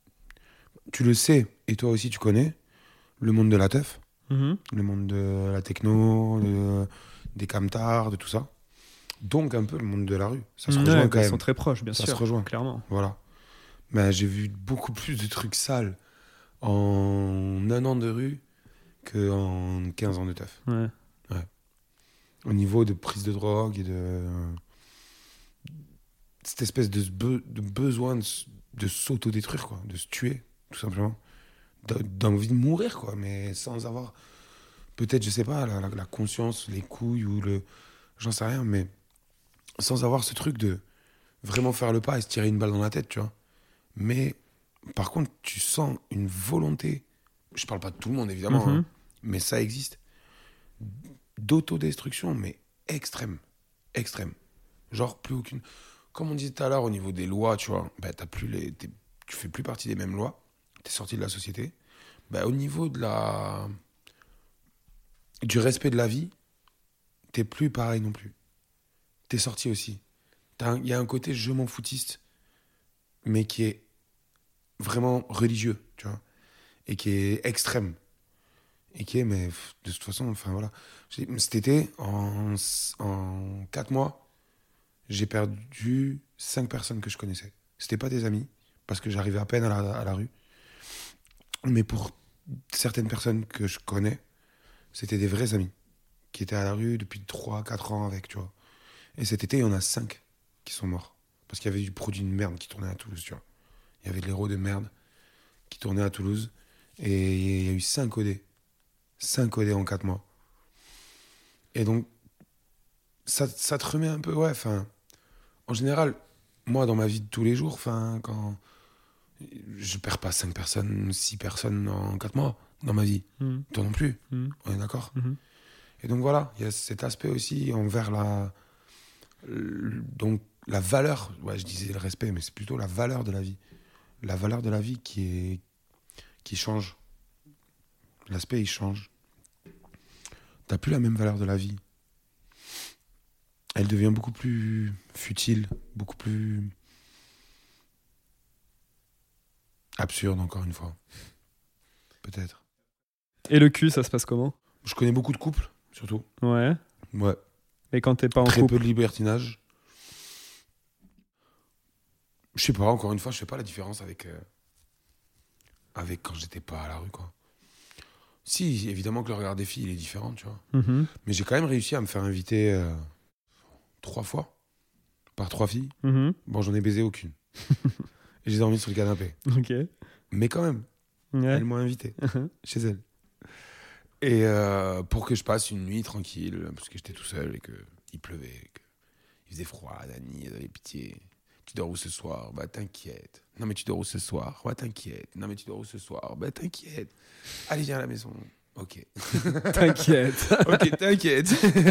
Tu le sais, et toi aussi tu connais, le monde de la teuf, Mhm. le monde de la techno, des camtars, de tout ça. Donc un peu le monde de la rue. Ça se Ouais, rejoint bah, quand ils même. sont très proches, bien Ça sûr. se rejoint. Clairement. Voilà. Mais j'ai vu beaucoup plus de trucs sales en un an de rue qu'en 15 ans de teuf. Ouais. Au niveau de prise de drogue et de cette espèce de besoin de s'autodétruire, quoi, de se tuer, tout simplement. D'envie de mourir, quoi, mais sans avoir, peut-être, je sais pas, la conscience, les couilles ou le. J'en sais rien, mais sans avoir ce truc de vraiment faire le pas et se tirer une balle dans la tête, tu vois. Mais par contre, tu sens une volonté, je parle pas de tout le monde, évidemment, Mhm. hein, mais ça existe, d'autodestruction, mais extrême. Extrême. Genre, plus aucune. Comme on disait tout à l'heure, au niveau des lois, tu vois, bah, tu fais plus partie des mêmes lois. T'es sorti de la société. Bah, au niveau du respect de la vie, t'es plus pareil non plus. T'es sorti aussi. Il y a un côté je m'en foutiste, mais qui est vraiment religieux, tu vois, et qui est extrême. Et qui est, mais de toute façon, enfin voilà. Cet été, en 4 mois, j'ai perdu 5 personnes que je connaissais. C'était pas des amis, parce que j'arrivais à peine à la rue. Mais pour certaines personnes que je connais, c'était des vrais amis. qui étaient à la rue depuis 3-4 ans avec, tu vois. Et cet été, il y en a 5 qui sont morts. Parce qu'il y avait du produit de merde qui tournait à Toulouse, tu vois. Il y avait de l'héros de merde qui tournait à Toulouse. Et il y a eu 5 OD. 5 OD en 4 mois. Et donc, ça te remet un peu, ouais, enfin... En général, moi, dans ma vie de tous les jours, enfin, quand... Je perds pas 5 personnes, 6 personnes en 4 mois dans ma vie. Toi non plus. On est d'accord. Et donc voilà, il y a cet aspect aussi envers donc la valeur, ouais, je disais le respect, mais c'est plutôt la valeur de la vie. La valeur de la vie qui change. L'aspect, il change. T'as plus la même valeur de la vie. Elle devient beaucoup plus futile, beaucoup plus absurde, encore une fois. Peut-être. Et le cul, ça se passe comment? Je connais beaucoup de couples, surtout. Ouais. Ouais. Et quand t'es pas en Très couple? peu de libertinage. Je sais pas, encore une fois, je fais pas la différence avec quand j'étais pas à la rue, quoi. Si, évidemment que le regard des filles, il est différent, tu vois. Mais j'ai quand même réussi à me faire inviter 3 fois par 3 filles. Bon, j'en ai baisé aucune. Et j'ai dormi sur le canapé. Ok. Mais quand même, Ouais. elles m'ont invité chez elles. Et pour que je passe une nuit tranquille, parce que j'étais tout seul et qu'il pleuvait, qu'il faisait froid, Dani, elle avait pitié. Tu dors où ce soir? Bah t'inquiète. Non mais tu dors où ce soir? Ouais, t'inquiète. Non mais tu dors où ce soir? Bah t'inquiète. Allez, viens à la maison. Ok. T'inquiète. Ok, t'inquiète.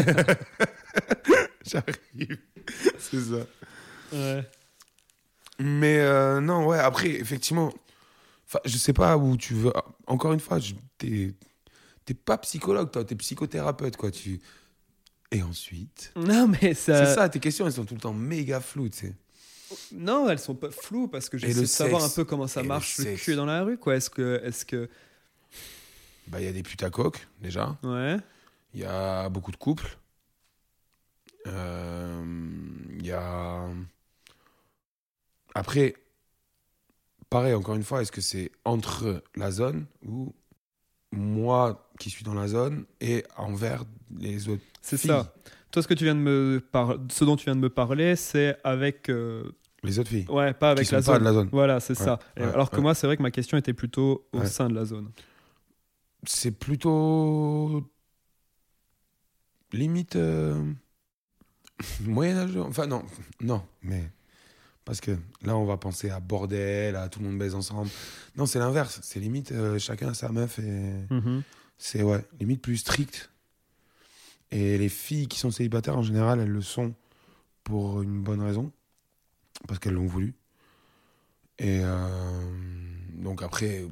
J'arrive. C'est ça. Ouais. Mais non, ouais, après, effectivement, je sais pas où tu veux. Encore une fois, t'es pas psychologue, toi, t'es psychothérapeute, quoi. Et ensuite. Non, mais ça. C'est ça, tes questions, elles sont tout le temps méga floues, tu sais. Non, elles sont pas floues parce que Et j'essaie le de savoir un sexe. peu comment ça Et le marche le sexe. cul dans la rue, quoi. Est-ce que. Bah, il y a des putes à coke, déjà. Ouais. Il y a beaucoup de couples. Il y a. Après, pareil, encore une fois, est-ce que c'est entre la zone ou moi qui suis dans la zone et envers les autres C'est filles. ça. Toi, ce dont tu viens de me parler, c'est avec. Les autres filles. Ouais, pas avec Qui sont la pas zone. de la zone. Voilà, c'est Ouais, ça. ouais, Alors que ouais. moi, c'est vrai que ma question était plutôt au Ouais. sein de la zone. C'est plutôt limite moyen-âge. Enfin non, mais parce que là on va penser à bordel, à tout le monde baise ensemble. Non, c'est l'inverse. C'est limite chacun a sa meuf et c'est ouais limite plus strict. Et les filles qui sont célibataires en général, elles le sont pour une bonne raison, parce qu'elles l'ont voulu. Et donc après.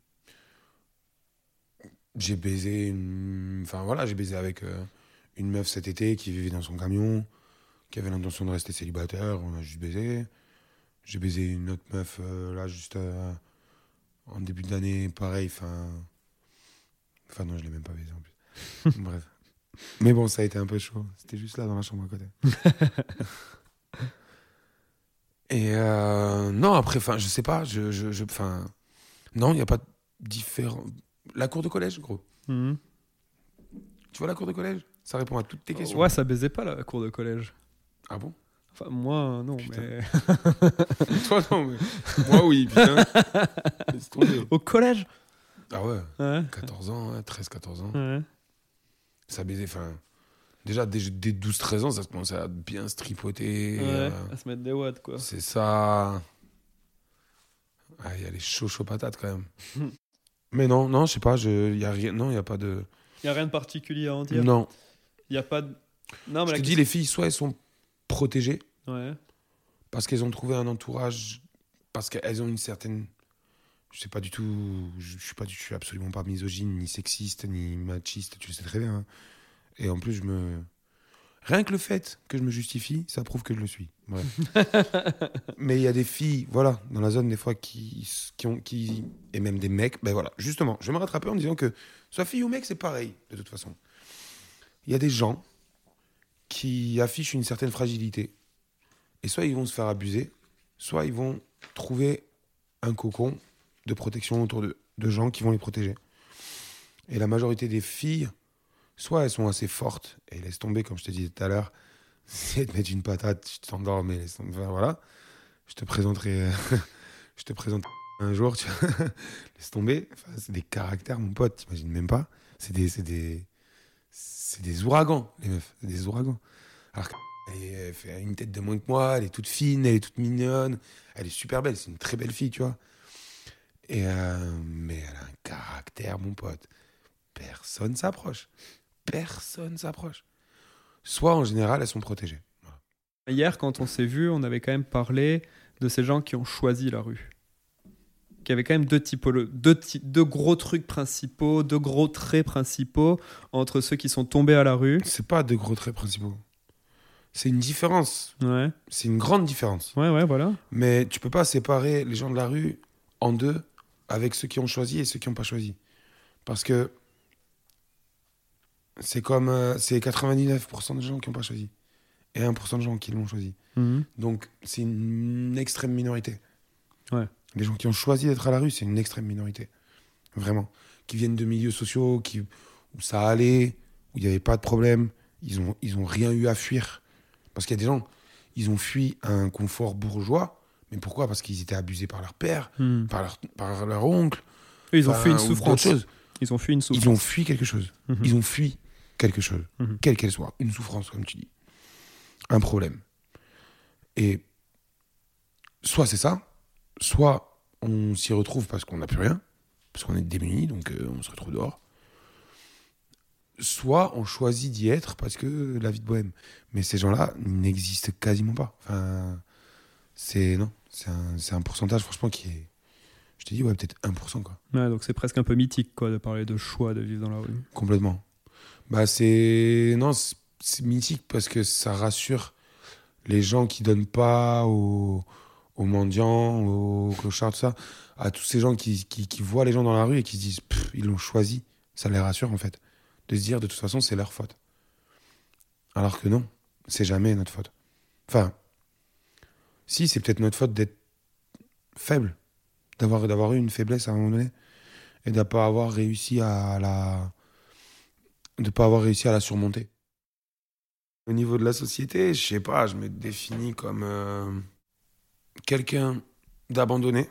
J'ai baisé j'ai baisé avec une meuf cet été qui vivait dans son camion, qui avait l'intention de rester célibataire, on a juste baisé. J'ai baisé une autre meuf là juste en début d'année, pareil, enfin non, je l'ai même pas baisé en plus. Bref. Mais bon, ça a été un peu chaud, c'était juste là dans la chambre à côté. Et non, après, je sais pas, non, il n'y a pas de différence. La cour de collège, gros. Tu vois la cour de collège? Ça répond à toutes tes questions. Ouais, ça baisait pas la cour de collège. Ah bon? Enfin, moi, non, Putain. mais. Toi, non, mais. Moi, oui, putain. Laisse tomber. Au collège? Ah ouais, Ouais. 14 ans, 13-14 ans. Ouais. Ça baisait, déjà, dès 12-13 ans, ça se commençait à bien se tripoter. Ouais, à se mettre des watts, quoi. C'est ça. Ah, il y a les chauds patates, quand même. Mais non, je sais pas, il y a rien. Non, il y a pas de. Il y a rien de particulier à en dire. Non. Il y a pas de. Non, mais Je te dis, les filles, soit elles sont protégées, Ouais. parce qu'elles ont trouvé un entourage, parce qu'elles ont une certaine. Je sais pas du tout. Je suis absolument pas misogyne, ni sexiste, ni machiste, tu le sais très bien. Hein. Et en plus, rien que le fait que je me justifie, ça prouve que je le suis. Bref. Mais il y a des filles, voilà, dans la zone, des fois, et même des mecs, ben voilà, justement, je vais me rattraper en disant que, soit fille ou mec, c'est pareil, de toute façon. Il y a des gens qui affichent une certaine fragilité. Et soit ils vont se faire abuser, soit ils vont trouver un cocon de protection autour de gens qui vont les protéger. Et la majorité des filles soit elles sont assez fortes et laisse tomber, comme je te disais tout à l'heure. Si elles te mettent une patate, tu t'endors, mais enfin, voilà. Je te présenterai, je te présente un jour, tu vois. Laisse tomber. Enfin, c'est des caractères, mon pote, t'imagines même pas. C'est des ouragans, les meufs. C'est des ouragans. Alors qu'elle fait une tête de moins que moi, elle est toute fine, elle est toute mignonne. Elle est super belle, c'est une très belle fille, tu vois. Mais elle a un caractère, mon pote. Personne s'approche. Personne s'approche. Soit, en général, elles sont protégées. Voilà. Hier, quand on s'est vu, on avait quand même parlé de ces gens qui ont choisi la rue. Qui avaient quand même deux gros trucs principaux, deux gros traits principaux entre ceux qui sont tombés à la rue. C'est pas de gros traits principaux. C'est une différence. Ouais, C'est une grande différence. ouais, voilà. Mais tu peux pas séparer les gens de la rue en deux avec ceux qui ont choisi et ceux qui n'ont pas choisi. Parce que c'est comme c'est 99% de gens qui n'ont pas choisi et 1% de gens qui l'ont choisi. Mhm. Donc c'est une extrême minorité. Ouais. Les gens qui ont choisi d'être à la rue, c'est une extrême minorité. Vraiment. Qui viennent de milieux sociaux où ça allait, où il n'y avait pas de problème. Ils ont rien eu à fuir. Parce qu'il y a des gens, ils ont fui un confort bourgeois. Mais pourquoi ? Parce qu'ils étaient abusés par leur père, Mhm. par leur oncle. Eux, ils ont Enfin, fui une ou d'autres souffrance. choses. Ils ont fui une souffrance. Ils ont fui quelque chose. Mhm. Ils ont fui quelque chose. Mhm. Quelle qu'elle soit. Une souffrance, comme tu dis. Un problème. Et soit c'est ça, soit on s'y retrouve parce qu'on n'a plus rien, parce qu'on est démunis, donc on se retrouve dehors. Soit on choisit d'y être parce que la vie de bohème. Mais ces gens-là n'existent quasiment pas. Enfin, c'est un pourcentage, franchement, qui est... Je te dis, ouais, peut-être 1%, quoi. Ouais, donc c'est presque un peu mythique quoi, de parler de choix de vivre dans la rue. Complètement. Bah, c'est mythique parce que ça rassure les gens qui donnent pas aux mendiants, aux clochards, tout ça, à tous ces gens qui voient les gens dans la rue et qui se disent, ils l'ont choisi. Ça les rassure, en fait. De se dire, de toute façon, c'est leur faute. Alors que non, c'est jamais notre faute. Enfin, si, c'est peut-être notre faute d'être faible, d'avoir eu une faiblesse à un moment donné et de ne pas avoir réussi à la surmonter. Au niveau de la société, je sais pas, je me définis comme quelqu'un d'abandonné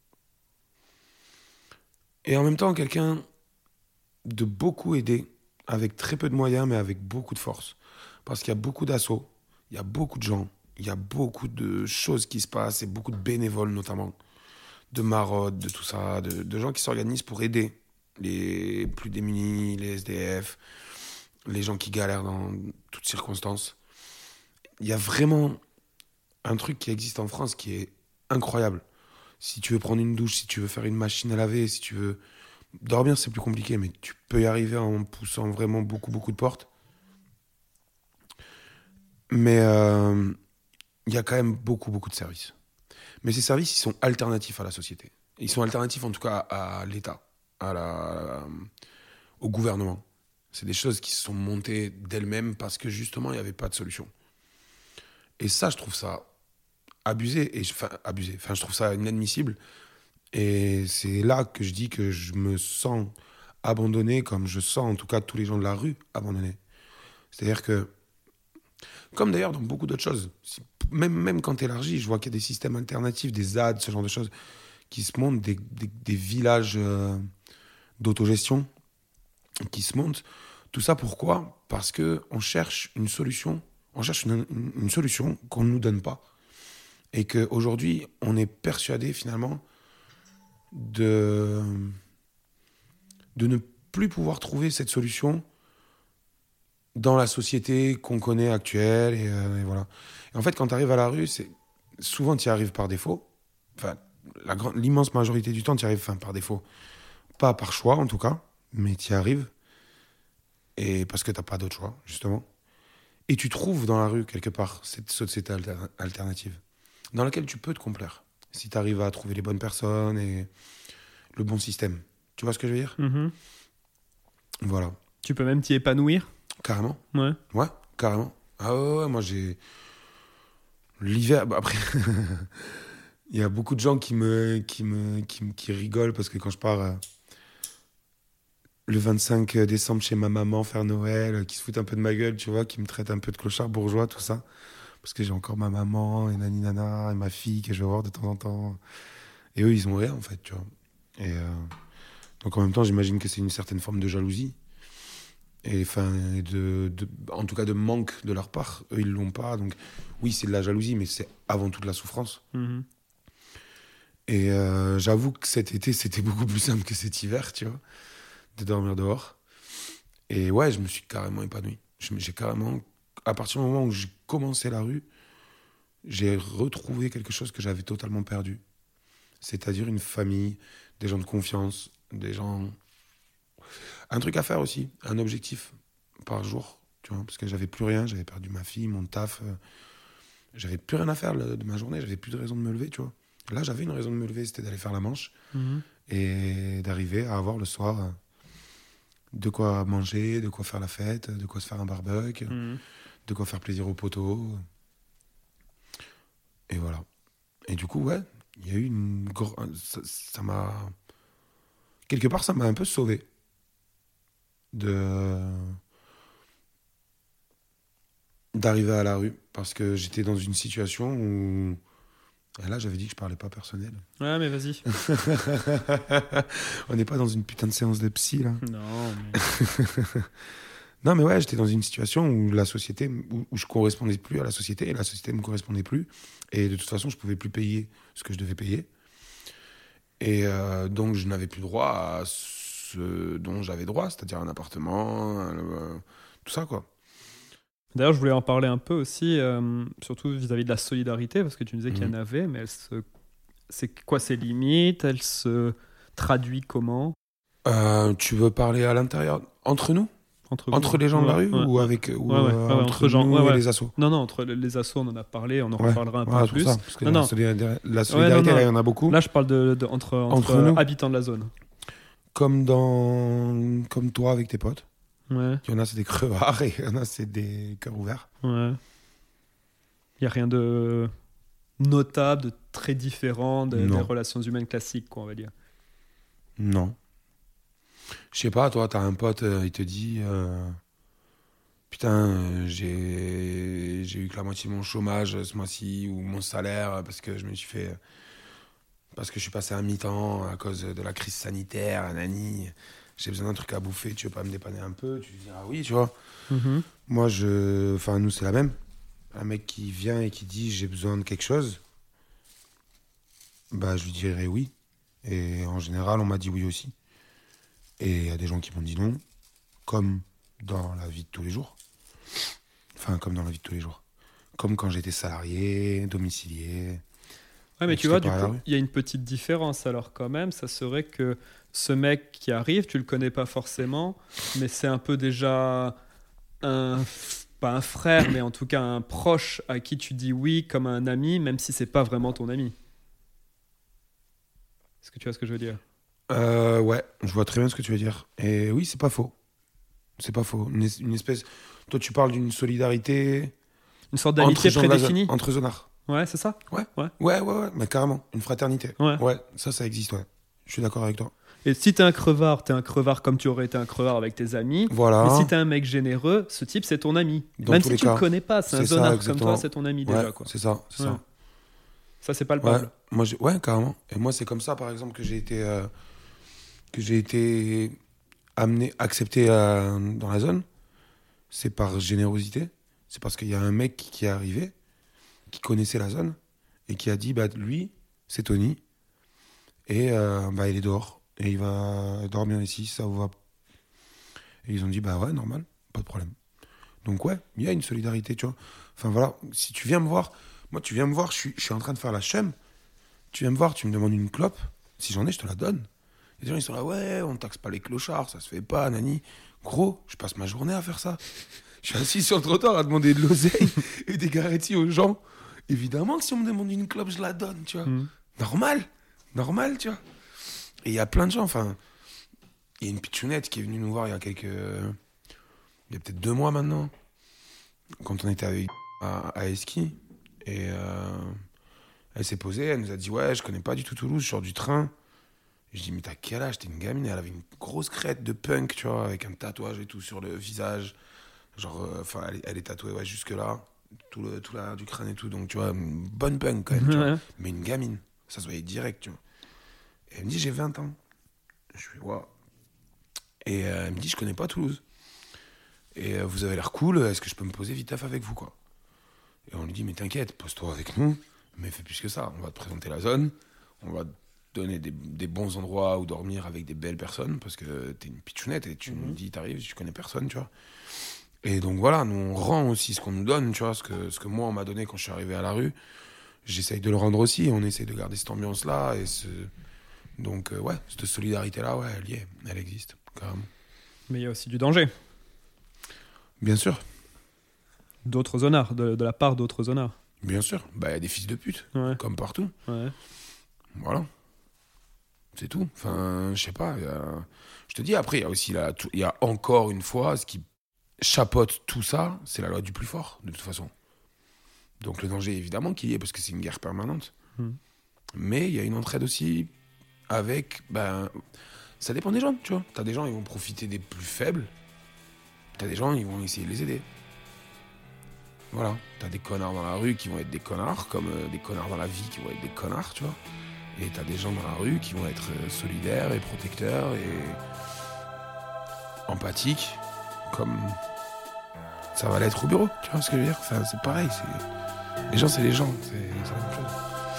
et en même temps quelqu'un de beaucoup aidé, avec très peu de moyens mais avec beaucoup de force. Parce qu'il y a beaucoup d'assauts, il y a beaucoup de gens, il y a beaucoup de choses qui se passent et beaucoup de bénévoles notamment, de maraudes, de tout ça, de gens qui s'organisent pour aider les plus démunis, les SDF, les gens qui galèrent dans toutes circonstances. Il y a vraiment un truc qui existe en France qui est incroyable. Si tu veux prendre une douche, si tu veux faire une machine à laver, si tu veux dormir, c'est plus compliqué, mais tu peux y arriver en poussant vraiment beaucoup, beaucoup de portes. Mais il y a quand même beaucoup, beaucoup de services. Mais ces services, ils sont alternatifs à la société. Ils sont alternatifs en tout cas à l'État, au gouvernement. C'est des choses qui se sont montées d'elles-mêmes parce que justement, il n'y avait pas de solution. Et ça, je trouve ça abusé. Enfin, je trouve ça inadmissible. Et c'est là que je dis que je me sens abandonné, comme je sens en tout cas tous les gens de la rue abandonnés. C'est-à-dire que, comme d'ailleurs dans beaucoup d'autres choses, même quand tu élargis, je vois qu'il y a des systèmes alternatifs, des ZAD, ce genre de choses, qui se montent, des villages d'autogestion qui se montent. Tout ça pourquoi ? Parce qu'on cherche une solution, une solution qu'on ne nous donne pas. Et qu'aujourd'hui, on est persuadé finalement de ne plus pouvoir trouver cette solution dans la société qu'on connaît actuelle. Et voilà. Et en fait, quand tu arrives à la rue, souvent tu y arrives par défaut. Enfin, l'immense majorité du temps, tu y arrives par défaut. Pas par choix, en tout cas, mais tu y arrives. Et parce que tu n'as pas d'autre choix, justement. Et tu trouves dans la rue, quelque part, cette société alternative, dans laquelle tu peux te complaire. Si tu arrives à trouver les bonnes personnes et le bon système. Tu vois ce que je veux dire ? Mhm. Voilà. Tu peux même t'y épanouir. Carrément. Ouais. Ouais, carrément. Ah ouais, moi j'ai... L'hiver, après... Il y a beaucoup de gens qui rigolent parce que quand je pars le 25 décembre chez ma maman faire Noël, qui se foutent un peu de ma gueule, tu vois, qui me traitent un peu de clochard bourgeois, tout ça. Parce que j'ai encore ma maman et nani nana et ma fille que je vais voir de temps en temps. Et eux, ils ont rien, en fait, tu vois. Et donc en même temps, j'imagine que c'est une certaine forme de jalousie. Et enfin, en tout cas de manque de leur part. Eux, ils l'ont pas. Donc oui, c'est de la jalousie, mais c'est avant tout de la souffrance. Mhm. Et j'avoue que cet été, c'était beaucoup plus simple que cet hiver, tu vois, de dormir dehors. Et ouais, je me suis carrément épanoui. J'ai carrément, à partir du moment où j'ai commencé la rue, j'ai retrouvé quelque chose que j'avais totalement perdu. C'est-à-dire une famille, des gens de confiance, des gens... Un truc à faire aussi, un objectif par jour, tu vois, parce que j'avais plus rien, j'avais perdu ma fille, mon taf, j'avais plus rien à faire de ma journée, j'avais plus de raison de me lever, tu vois. Là, j'avais une raison de me lever, c'était d'aller faire la manche Mhm. et d'arriver à avoir le soir de quoi manger, de quoi faire la fête, de quoi se faire un barbecue, Mhm. de quoi faire plaisir aux potos. Et voilà. Et du coup, ouais, il y a eu ça m'a... Quelque part, ça m'a un peu sauvé de d'arriver à la rue parce que j'étais dans une situation où et là j'avais dit que je parlais pas personnel. Ouais, mais vas-y. On n'est pas dans une putain de séance de psy là. Non, mais... Non mais ouais, j'étais dans une situation où la société où je correspondais plus à la société et la société me correspondait plus et de toute façon je pouvais plus payer ce que je devais payer et donc je n'avais plus droit à ce dont j'avais droit, c'est-à-dire un appartement, tout ça quoi. D'ailleurs, je voulais en parler un peu aussi, surtout vis-à-vis de la solidarité, parce que tu me disais qu'il y en Mhm. avait, mais c'est quoi ses limites? Elle se traduit comment? Tu veux parler à l'intérieur entre nous? Entre vous, Entre hein. les gens de la Ouais, rue ouais, ou ouais. avec ou Ouais, ouais, ouais, entre entre gens, nous ouais, et ouais. les assos? Non, non, entre les assos, on en a parlé, on en Ouais, reparlera un peu voilà, plus. pour ça, parce que Non, non. la Ouais, solidarité, non, là, il non. y en a beaucoup. Là, je parle entre Entre nous. habitants de la zone. Comme comme toi avec tes potes. Ouais, Il y en a, c'est des crevards et il y en a, c'est des cœurs ouverts. ouais. Il n'y a rien de notable, de très différent des Non. relations humaines classiques, quoi, on va dire. Non. Je sais pas, toi, t'as un pote, il te dit putain, j'ai eu que la moitié de mon chômage ce mois-ci ou mon salaire parce que je me suis fait. Parce que je suis passé à mi-temps à cause de la crise sanitaire, nani. J'ai besoin d'un truc à bouffer, tu veux pas me dépanner un peu? Tu lui dis, ah oui, tu vois. Mhm. Moi, enfin, nous, c'est la même. Un mec qui vient et qui dit, j'ai besoin de quelque chose, bah, je lui dirais oui. Et en général, on m'a dit oui aussi. Et il y a des gens qui m'ont dit non, comme dans la vie de tous les jours. Enfin, comme dans la vie de tous les jours. Comme quand j'étais salarié, domicilié. Ouais, mais Et tu tu vois, t'es du pas à la coup, rue. il y a une petite différence alors quand même. Ça serait que ce mec qui arrive, tu le connais pas forcément, mais c'est un peu déjà pas un frère, mais en tout cas un proche à qui tu dis oui comme un ami, même si c'est pas vraiment ton ami. Est-ce que tu vois ce que je veux dire? Ouais, je vois très bien ce que tu veux dire. Et oui, c'est pas faux. C'est pas faux. Une espèce. Toi, tu parles d'une solidarité Une sorte entre d'amitié gens de la zone, prédéfinie? entre zonards. Ouais, c'est ça? Ouais. Ouais. Ouais, mais carrément. Une fraternité. Ouais. Ouais, ça existe, ouais. Je suis d'accord avec toi. Et si t'es un crevard comme tu aurais été un crevard avec tes amis. Voilà. Mais si t'es un mec généreux, ce type c'est ton ami. Dans Même tous si les tu le cas. connais pas, c'est un C'est ça, zonard comme exactement. toi, c'est ton ami Ouais, déjà, quoi. c'est ça, c'est Ouais. ça. Ça c'est Ouais, palpable. moi, ouais, carrément. Et moi, c'est comme ça, par exemple, que j'ai été accepté dans la zone. C'est par générosité. C'est parce qu'il y a un mec qui est arrivé, qui connaissait la zone, et qui a dit, bah, lui, c'est Tony, et bah, il est dehors, et il va dormir ici, ça vous va. Et ils ont dit, bah ouais, normal, pas de problème. Donc ouais, il y a une solidarité, tu vois. Enfin voilà, si tu viens me voir, moi tu viens me voir, je suis en train de faire la chème, tu viens me voir, tu me demandes une clope, si j'en ai, je te la donne. Les gens, ils sont là, ouais, on taxe pas les clochards, ça se fait pas, nani. Gros, je passe ma journée à faire ça. Je suis assis sur le trottoir à demander de l'oseille et des garettis aux gens. Évidemment que si on me demande une clope, je la donne, tu vois. Mm. Normal, tu vois. Et il y a plein de gens, enfin... Il y a une pitchounette qui est venue nous voir il y a peut-être 2 mois maintenant, quand on était avec à Esquy. Et elle s'est posée, elle nous a dit, ouais, je connais pas du tout Toulouse, je sors du train. Je dis, mais t'as quel âge? T'es une gamine. Elle avait une grosse crête de punk, tu vois, avec un tatouage et tout sur le visage. Genre, elle est tatouée, ouais, jusque-là. Du crâne et tout. Donc, tu vois, une bonne punk quand même, tu vois. Ouais. Mais une gamine. Ça se voyait direct, tu vois. Et elle me dit, j'ai 20 ans. Je fais, waouh. Et elle me dit, je connais pas Toulouse. Et vous avez l'air cool, est-ce que je peux me poser vite avec vous, quoi? Et on lui dit, mais t'inquiète, pose-toi avec nous. Mais fais plus que ça. On va te présenter la zone. On va te donner des bons endroits où dormir avec des belles personnes. Parce que t'es une pitchounette et tu nous dis, t'arrives, tu connais personne, tu vois. Et donc voilà, nous on rend aussi ce qu'on nous donne, tu vois. Ce que moi on m'a donné quand je suis arrivé à la rue. J'essaye de le rendre aussi. On essaye de garder cette ambiance-là. Donc ouais, cette solidarité-là, ouais, elle y est. Elle existe, carrément. Mais il y a aussi du danger. Bien sûr. D'autres zonards, de la part d'autres zonards. Bien sûr. Bah, il y a des fils de pute, Ouais. comme partout. Ouais. Voilà. C'est tout. Enfin, je sais pas. Je te dis, après, il y a aussi il y a encore une fois, ce qui chapeaute tout ça, c'est la loi du plus fort, de toute façon. Donc le danger, évidemment, qu'il y est, parce que c'est une guerre permanente. Mais il y a une entraide aussi avec... Ben, ça dépend des gens, tu vois. T'as des gens, ils vont profiter des plus faibles. T'as des gens, ils vont essayer de les aider. Voilà. T'as des connards dans la rue qui vont être des connards, comme des connards dans la vie qui vont être des connards, tu vois. Et t'as des gens dans la rue qui vont être solidaires et protecteurs et empathiques, comme ça va l'être au bureau, tu vois ce que je veux dire? Enfin, c'est pareil, les gens, c'est les gens, c'est la même chose.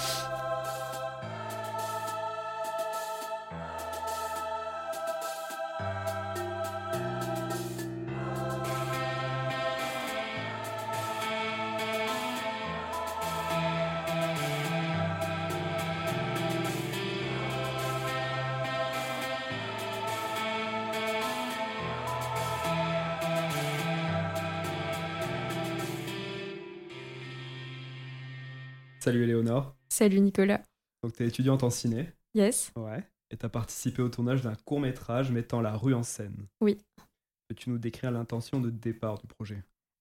Salut Éléonore. Salut Nicolas. Donc t'es étudiante en ciné. Yes. Ouais. Et t'as participé au tournage d'un court-métrage mettant la rue en scène. Oui. Peux-tu nous décrire l'intention de départ du projet?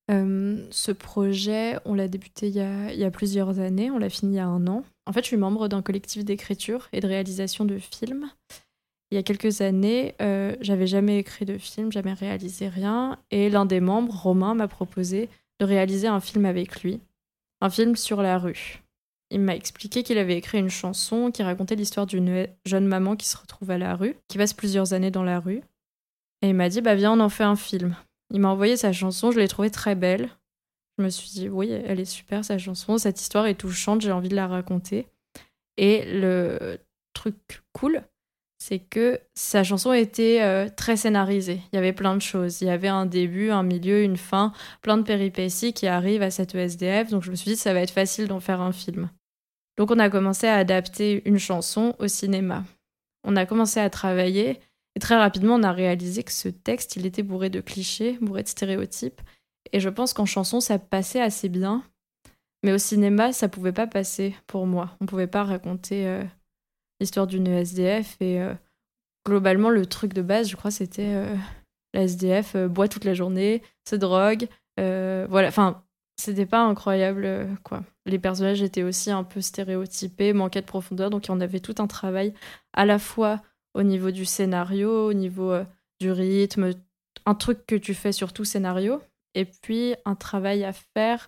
Ce projet, on l'a débuté il y a plusieurs années, on l'a fini il y a 1 an. En fait, je suis membre d'un collectif d'écriture et de réalisation de films. Il y a quelques années, j'avais jamais écrit de film, jamais réalisé rien. Et l'un des membres, Romain, m'a proposé de réaliser un film avec lui. Un film sur la rue. Il m'a expliqué qu'il avait écrit une chanson qui racontait l'histoire d'une jeune maman qui se retrouve à la rue, qui passe plusieurs années dans la rue. Et il m'a dit, bah viens, on en fait un film. Il m'a envoyé sa chanson, je l'ai trouvée très belle. Je me suis dit, oui, elle est super, sa chanson, cette histoire est touchante, j'ai envie de la raconter. Et le truc cool, c'est que sa chanson était très scénarisée. Il y avait plein de choses. Il y avait un début, un milieu, une fin, plein de péripéties qui arrivent à cette ESDF. Donc je me suis dit, ça va être facile d'en faire un film. Donc on a commencé à adapter une chanson au cinéma. On a commencé à travailler et très rapidement on a réalisé que ce texte, il était bourré de clichés, bourré de stéréotypes. Et je pense qu'en chanson, ça passait assez bien. Mais au cinéma, ça pouvait pas passer pour moi. On pouvait pas raconter l'histoire d'une ESDF. Et globalement, le truc de base, je crois, c'était la SDF boit toute la journée, se drogue. Voilà, enfin, c'était pas incroyable, quoi. Les personnages étaient aussi un peu stéréotypés, manquaient de profondeur. Donc, on avait tout un travail à la fois au niveau du scénario, au niveau du rythme, un truc que tu fais sur tout scénario. Et puis, un travail à faire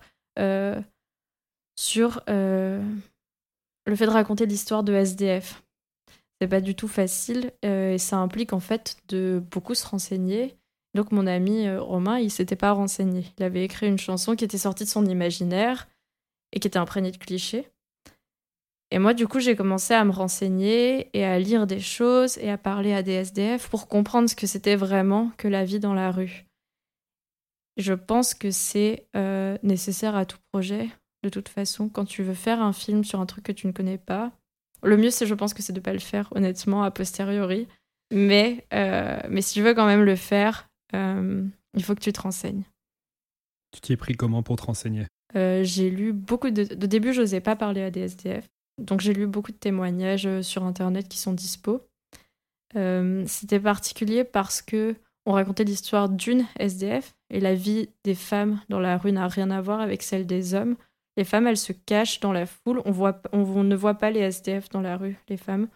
sur le fait de raconter l'histoire de SDF. C'est pas du tout facile et ça implique en fait de beaucoup se renseigner. Donc mon ami Romain, il s'était pas renseigné. Il avait écrit une chanson qui était sortie de son imaginaire et qui était imprégnée de clichés. Et moi, du coup, j'ai commencé à me renseigner et à lire des choses et à parler à des SDF pour comprendre ce que c'était vraiment que la vie dans la rue. Je pense que c'est nécessaire à tout projet, de toute façon. Quand tu veux faire un film sur un truc que tu ne connais pas, le mieux, je pense que c'est de ne pas le faire, honnêtement, a posteriori. Mais si tu veux quand même le faire, il faut que tu te renseignes. Tu t'y es pris comment pour te renseigner? J'ai lu beaucoup de début, je n'osais pas parler à des SDF. Donc j'ai lu beaucoup de témoignages sur Internet qui sont dispo. C'était particulier parce que on racontait l'histoire d'une SDF et la vie des femmes dans la rue n'a rien à voir avec celle des hommes. Les femmes, elles se cachent dans la foule. On ne voit pas les SDF dans la rue, les femmes.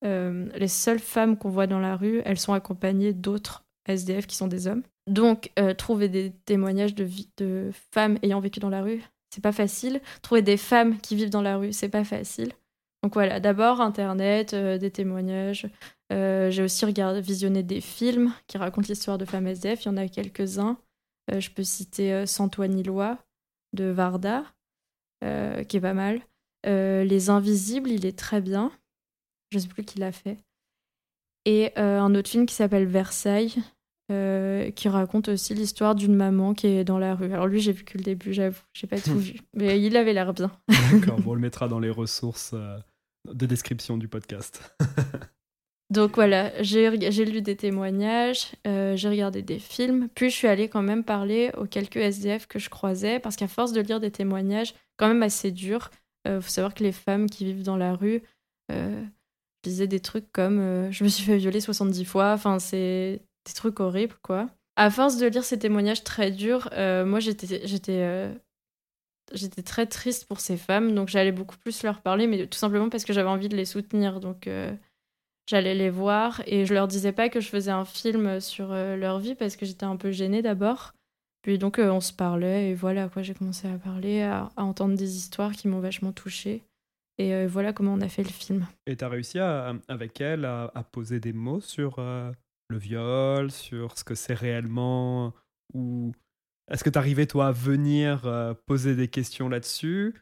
les seules femmes qu'on voit dans la rue, elles sont accompagnées d'autres SDF qui sont des hommes. Donc, trouver des témoignages de femmes ayant vécu dans la rue, c'est pas facile. Trouver des femmes qui vivent dans la rue, c'est pas facile. Donc voilà, d'abord Internet, des témoignages. J'ai aussi visionné des films qui racontent l'histoire de femmes SDF. Il y en a quelques-uns. Je peux citer Santoine-Illois de Varda, qui est pas mal. Les Invisibles, il est très bien. Je sais plus qui l'a fait. Et un autre film qui s'appelle Versailles, qui raconte aussi l'histoire d'une maman qui est dans la rue. Alors lui, j'ai vu que le début, j'avoue. J'ai pas tout vu. Mais il avait l'air bien. D'accord, bon, on le mettra dans les ressources de description du podcast. Donc voilà, j'ai lu des témoignages, j'ai regardé des films, puis je suis allée quand même parler aux quelques SDF que je croisais, parce qu'à force de lire des témoignages quand même assez durs, faut savoir que les femmes qui vivent dans la rue disaient des trucs comme je me suis fait violer 70 fois, enfin c'est des trucs horribles quoi. À force de lire ces témoignages très durs, moi j'étais très triste pour ces femmes, donc j'allais beaucoup plus leur parler, mais tout simplement parce que j'avais envie de les soutenir, donc j'allais les voir et je leur disais pas que je faisais un film sur leur vie parce que j'étais un peu gênée d'abord. Puis donc on se parlait et voilà quoi, j'ai commencé à parler, à entendre des histoires qui m'ont vachement touchée. Et voilà comment on a fait le film. Et t'as réussi avec elle à poser des mots sur le viol, sur ce que c'est réellement, ou est-ce que t'arrivais toi à venir poser des questions là-dessus?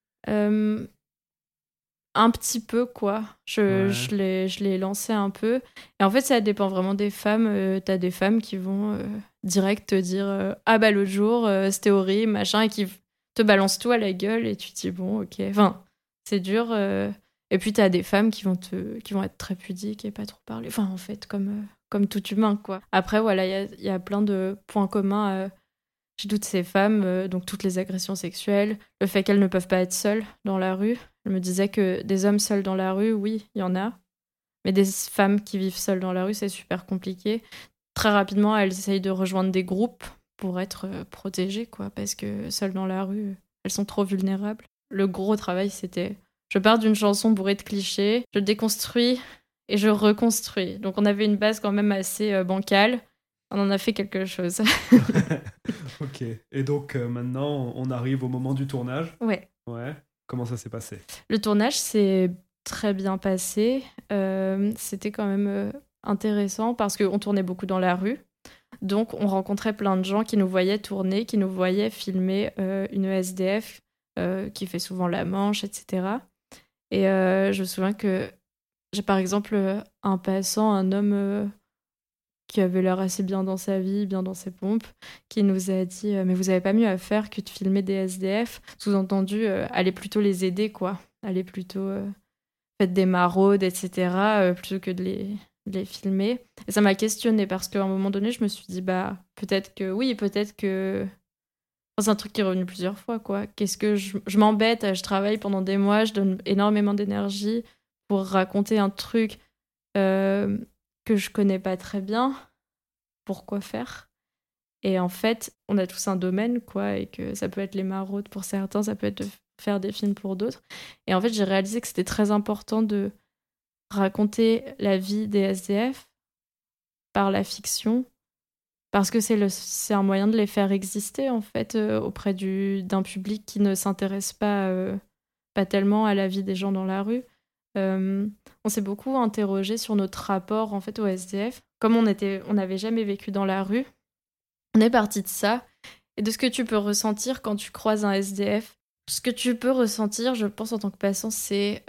Un petit peu, quoi. Je l'ai lancé un peu. Et en fait, ça dépend vraiment des femmes. T'as des femmes qui vont direct te dire ah bah l'autre jour, c'était horrible, machin, et qui te balancent tout à la gueule, et tu te dis bon, ok. Enfin, c'est dur. Et puis, t'as des femmes qui vont être très pudiques et pas trop parler. Enfin, en fait, comme tout humain, quoi. Après, voilà, il y a plein de points communs chez toutes ces femmes, donc toutes les agressions sexuelles, le fait qu'elles ne peuvent pas être seules dans la rue. Je me disais que des hommes seuls dans la rue, oui, il y en a. Mais des femmes qui vivent seules dans la rue, c'est super compliqué. Très rapidement, elles essayent de rejoindre des groupes pour être protégées, quoi, parce que seules dans la rue, elles sont trop vulnérables. Le gros travail, c'était je pars d'une chanson bourrée de clichés, je déconstruis et je reconstruis. Donc on avait une base quand même assez bancale. On en a fait quelque chose. Ok. Et donc maintenant, on arrive au moment du tournage. Ouais. Comment ça s'est passé? Le tournage s'est très bien passé. C'était quand même intéressant parce qu'on tournait beaucoup dans la rue. Donc, on rencontrait plein de gens qui nous voyaient tourner, qui nous voyaient filmer une SDF qui fait souvent la manche, etc. Et je me souviens que j'ai par exemple un passant, un homme qui avait l'air assez bien dans sa vie, bien dans ses pompes, qui nous a dit mais vous avez pas mieux à faire que de filmer des SDF, sous-entendu allez plutôt les aider quoi, allez plutôt faites des maraudes etc. Plutôt que de les filmer. Et ça m'a questionnée parce qu'à un moment donné je me suis dit bah peut-être que enfin, c'est un truc qui est revenu plusieurs fois quoi. Qu'est-ce que je m'embête, je travaille pendant des mois, je donne énormément d'énergie pour raconter un truc que je connais pas très bien, pourquoi faire? Et en fait, on a tous un domaine, quoi, et que ça peut être les maraudes pour certains, ça peut être de faire des films pour d'autres. Et en fait, j'ai réalisé que c'était très important de raconter la vie des SDF par la fiction, parce que c'est un moyen de les faire exister, en fait, auprès d'un public qui ne s'intéresse pas tellement à la vie des gens dans la rue. On s'est beaucoup interrogé sur notre rapport en fait au SDF. Comme on n'avait jamais vécu dans la rue, on est parti de ça et de ce que tu peux ressentir quand tu croises un SDF. Ce que tu peux ressentir, je pense en tant que passant, c'est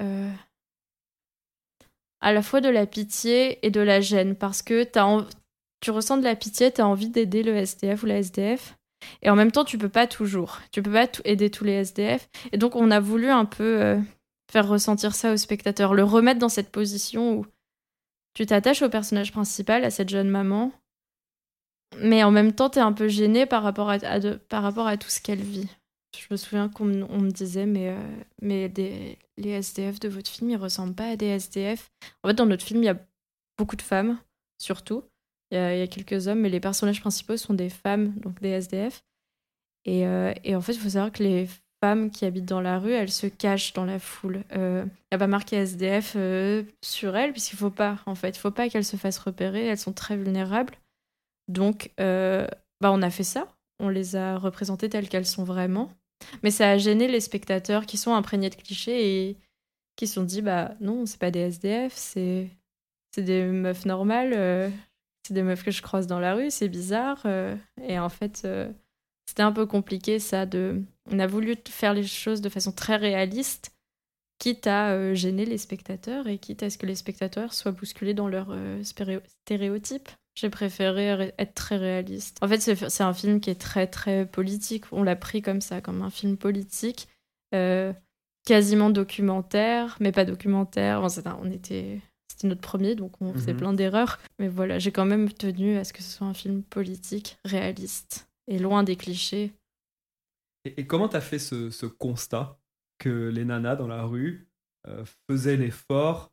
à la fois de la pitié et de la gêne parce que tu ressens de la pitié, tu as envie d'aider le SDF ou la SDF. Et en même temps, tu peux pas aider tous les SDF. Et donc, on a voulu un peu faire ressentir ça au spectateur, le remettre dans cette position où tu t'attaches au personnage principal, à cette jeune maman, mais en même temps, t'es un peu gêné par rapport à tout ce qu'elle vit. Je me souviens qu'on me disait, mais les SDF de votre film, ils ressemblent pas à des SDF. En fait, dans notre film, il y a beaucoup de femmes, surtout. Il y a quelques hommes, mais les personnages principaux sont des femmes, donc des SDF. Et en fait, il faut savoir que les femmes qui habitent dans la rue, elles se cachent dans la foule. Il n'y a pas marqué SDF sur elles, puisqu'il faut pas, en fait. Il faut pas qu'elles se fassent repérer, elles sont très vulnérables. Donc, on a fait ça. On les a représentées telles qu'elles sont vraiment. Mais ça a gêné les spectateurs qui sont imprégnés de clichés et qui se sont dit, non, c'est pas des SDF, c'est des meufs normales, c'est des meufs que je croise dans la rue, c'est bizarre. Et en fait, c'était un peu compliqué, ça. On a voulu faire les choses de façon très réaliste, quitte à gêner les spectateurs et quitte à ce que les spectateurs soient bousculés dans leurs stéréotypes. J'ai préféré être très réaliste. En fait, c'est un film qui est très, très politique. On l'a pris comme ça, comme un film politique, quasiment documentaire, mais pas documentaire. C'était notre premier, donc on faisait plein d'erreurs. Mais voilà, j'ai quand même tenu à ce que ce soit un film politique, réaliste, et loin des clichés. Et comment t'as fait ce constat que les nanas dans la rue faisaient l'effort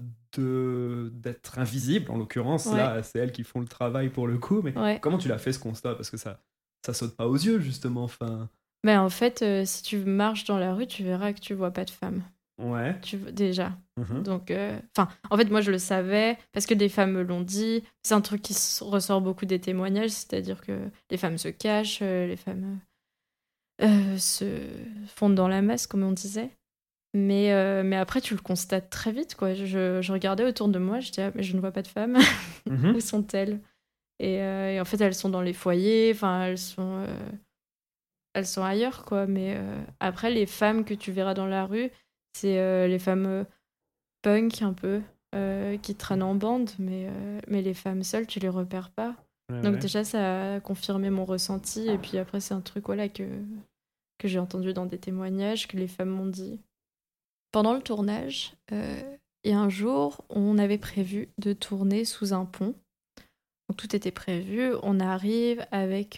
d'être invisibles, en l'occurrence, là, c'est elles qui font le travail pour le coup, mais comment tu l'as fait ce constat? Parce que ça saute pas aux yeux, justement. En fait, si tu marches dans la rue, tu verras que tu vois pas de femmes. Ouais. Déjà. Donc, en fait, moi, je le savais parce que des femmes me l'ont dit. C'est un truc qui ressort beaucoup des témoignages, c'est-à-dire que les femmes se cachent, les femmes se fondent dans la masse, comme on disait. Mais après, tu le constates très vite, quoi. Je regardais autour de moi, je disais, mais je ne vois pas de femmes. Où sont-elles? Et en fait, elles sont dans les foyers, elles sont ailleurs, quoi. Mais après, les femmes que tu verras dans la rue, c'est les femmes punk, un peu, qui traînent en bande, mais les femmes seules, tu les repères pas. Donc déjà, ça a confirmé mon ressenti. Et puis après, c'est un truc que j'ai entendu dans des témoignages, que les femmes m'ont dit. Pendant le tournage, il y a un jour, on avait prévu de tourner sous un pont. Donc tout était prévu. On arrive avec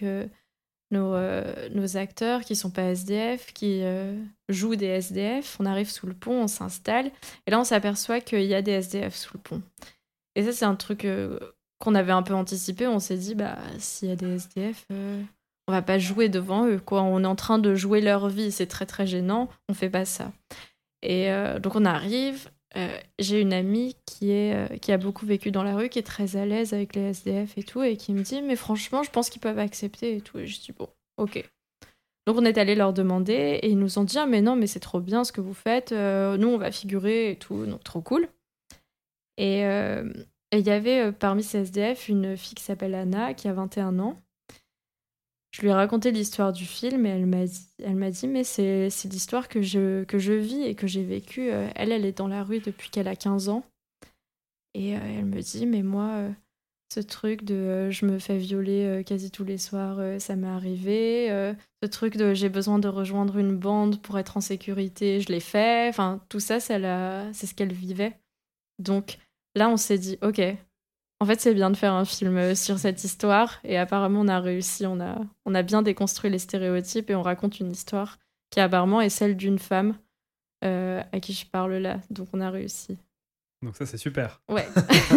nos acteurs qui sont pas SDF, qui jouent des SDF. On arrive sous le pont, on s'installe. Et là, on s'aperçoit qu'il y a des SDF sous le pont. Et ça, c'est un truc qu'on avait un peu anticipé. On s'est dit, s'il y a des SDF, on va pas jouer devant eux, quoi. On est en train de jouer leur vie. C'est très, très gênant. On fait pas ça. Et donc on arrive, j'ai une amie qui a beaucoup vécu dans la rue, qui est très à l'aise avec les SDF et tout, et qui me dit, mais franchement, je pense qu'ils peuvent accepter et tout. Et je dis, bon, ok. Donc on est allé leur demander, et ils nous ont dit, mais non, mais c'est trop bien ce que vous faites, nous on va figurer et tout, donc trop cool. Et il y avait parmi ces SDF une fille qui s'appelle Anna, qui a 21 ans. Je lui ai raconté l'histoire du film et elle m'a dit mais c'est l'histoire que je vis et que j'ai vécue. Elle est dans la rue depuis qu'elle a 15 ans. Et elle me dit mais moi, ce truc de je me fais violer quasi tous les soirs, ça m'est arrivé. Ce truc de j'ai besoin de rejoindre une bande pour être en sécurité, je l'ai fait. Enfin, tout ça, c'est ce qu'elle vivait. Donc là, on s'est dit ok. En fait, c'est bien de faire un film sur cette histoire et apparemment on a réussi, on a bien déconstruit les stéréotypes et on raconte une histoire qui apparemment est celle d'une femme à qui je parle là, donc on a réussi. Donc ça c'est super. Ouais.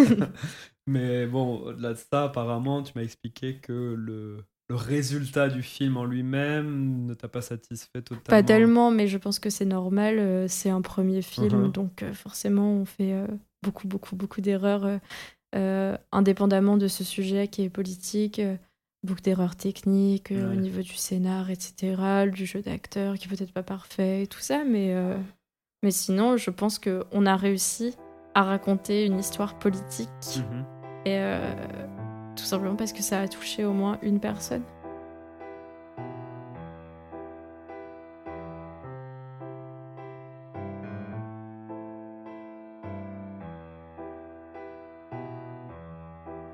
Mais bon, au-delà de ça, apparemment tu m'as expliqué que le résultat du film en lui-même ne t'a pas satisfait totalement. Pas tellement, mais je pense que c'est normal, c'est un premier film, donc forcément on fait beaucoup d'erreurs. Indépendamment de ce sujet qui est politique, beaucoup d'erreurs techniques au niveau du scénar, etc., du jeu d'acteur qui peut-être pas parfait et tout ça, mais sinon je pense qu'on a réussi à raconter une histoire politique et tout simplement parce que ça a touché au moins une personne.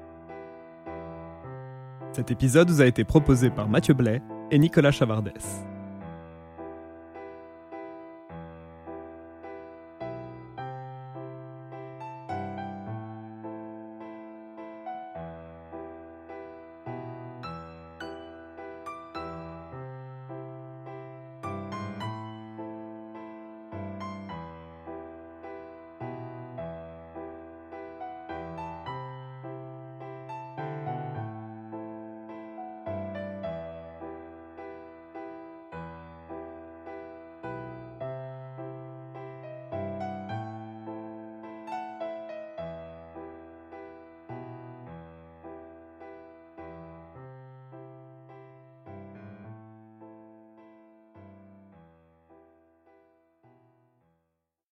Cet épisode vous a été proposé par Mathieu Blais et Nicolas Chavardès.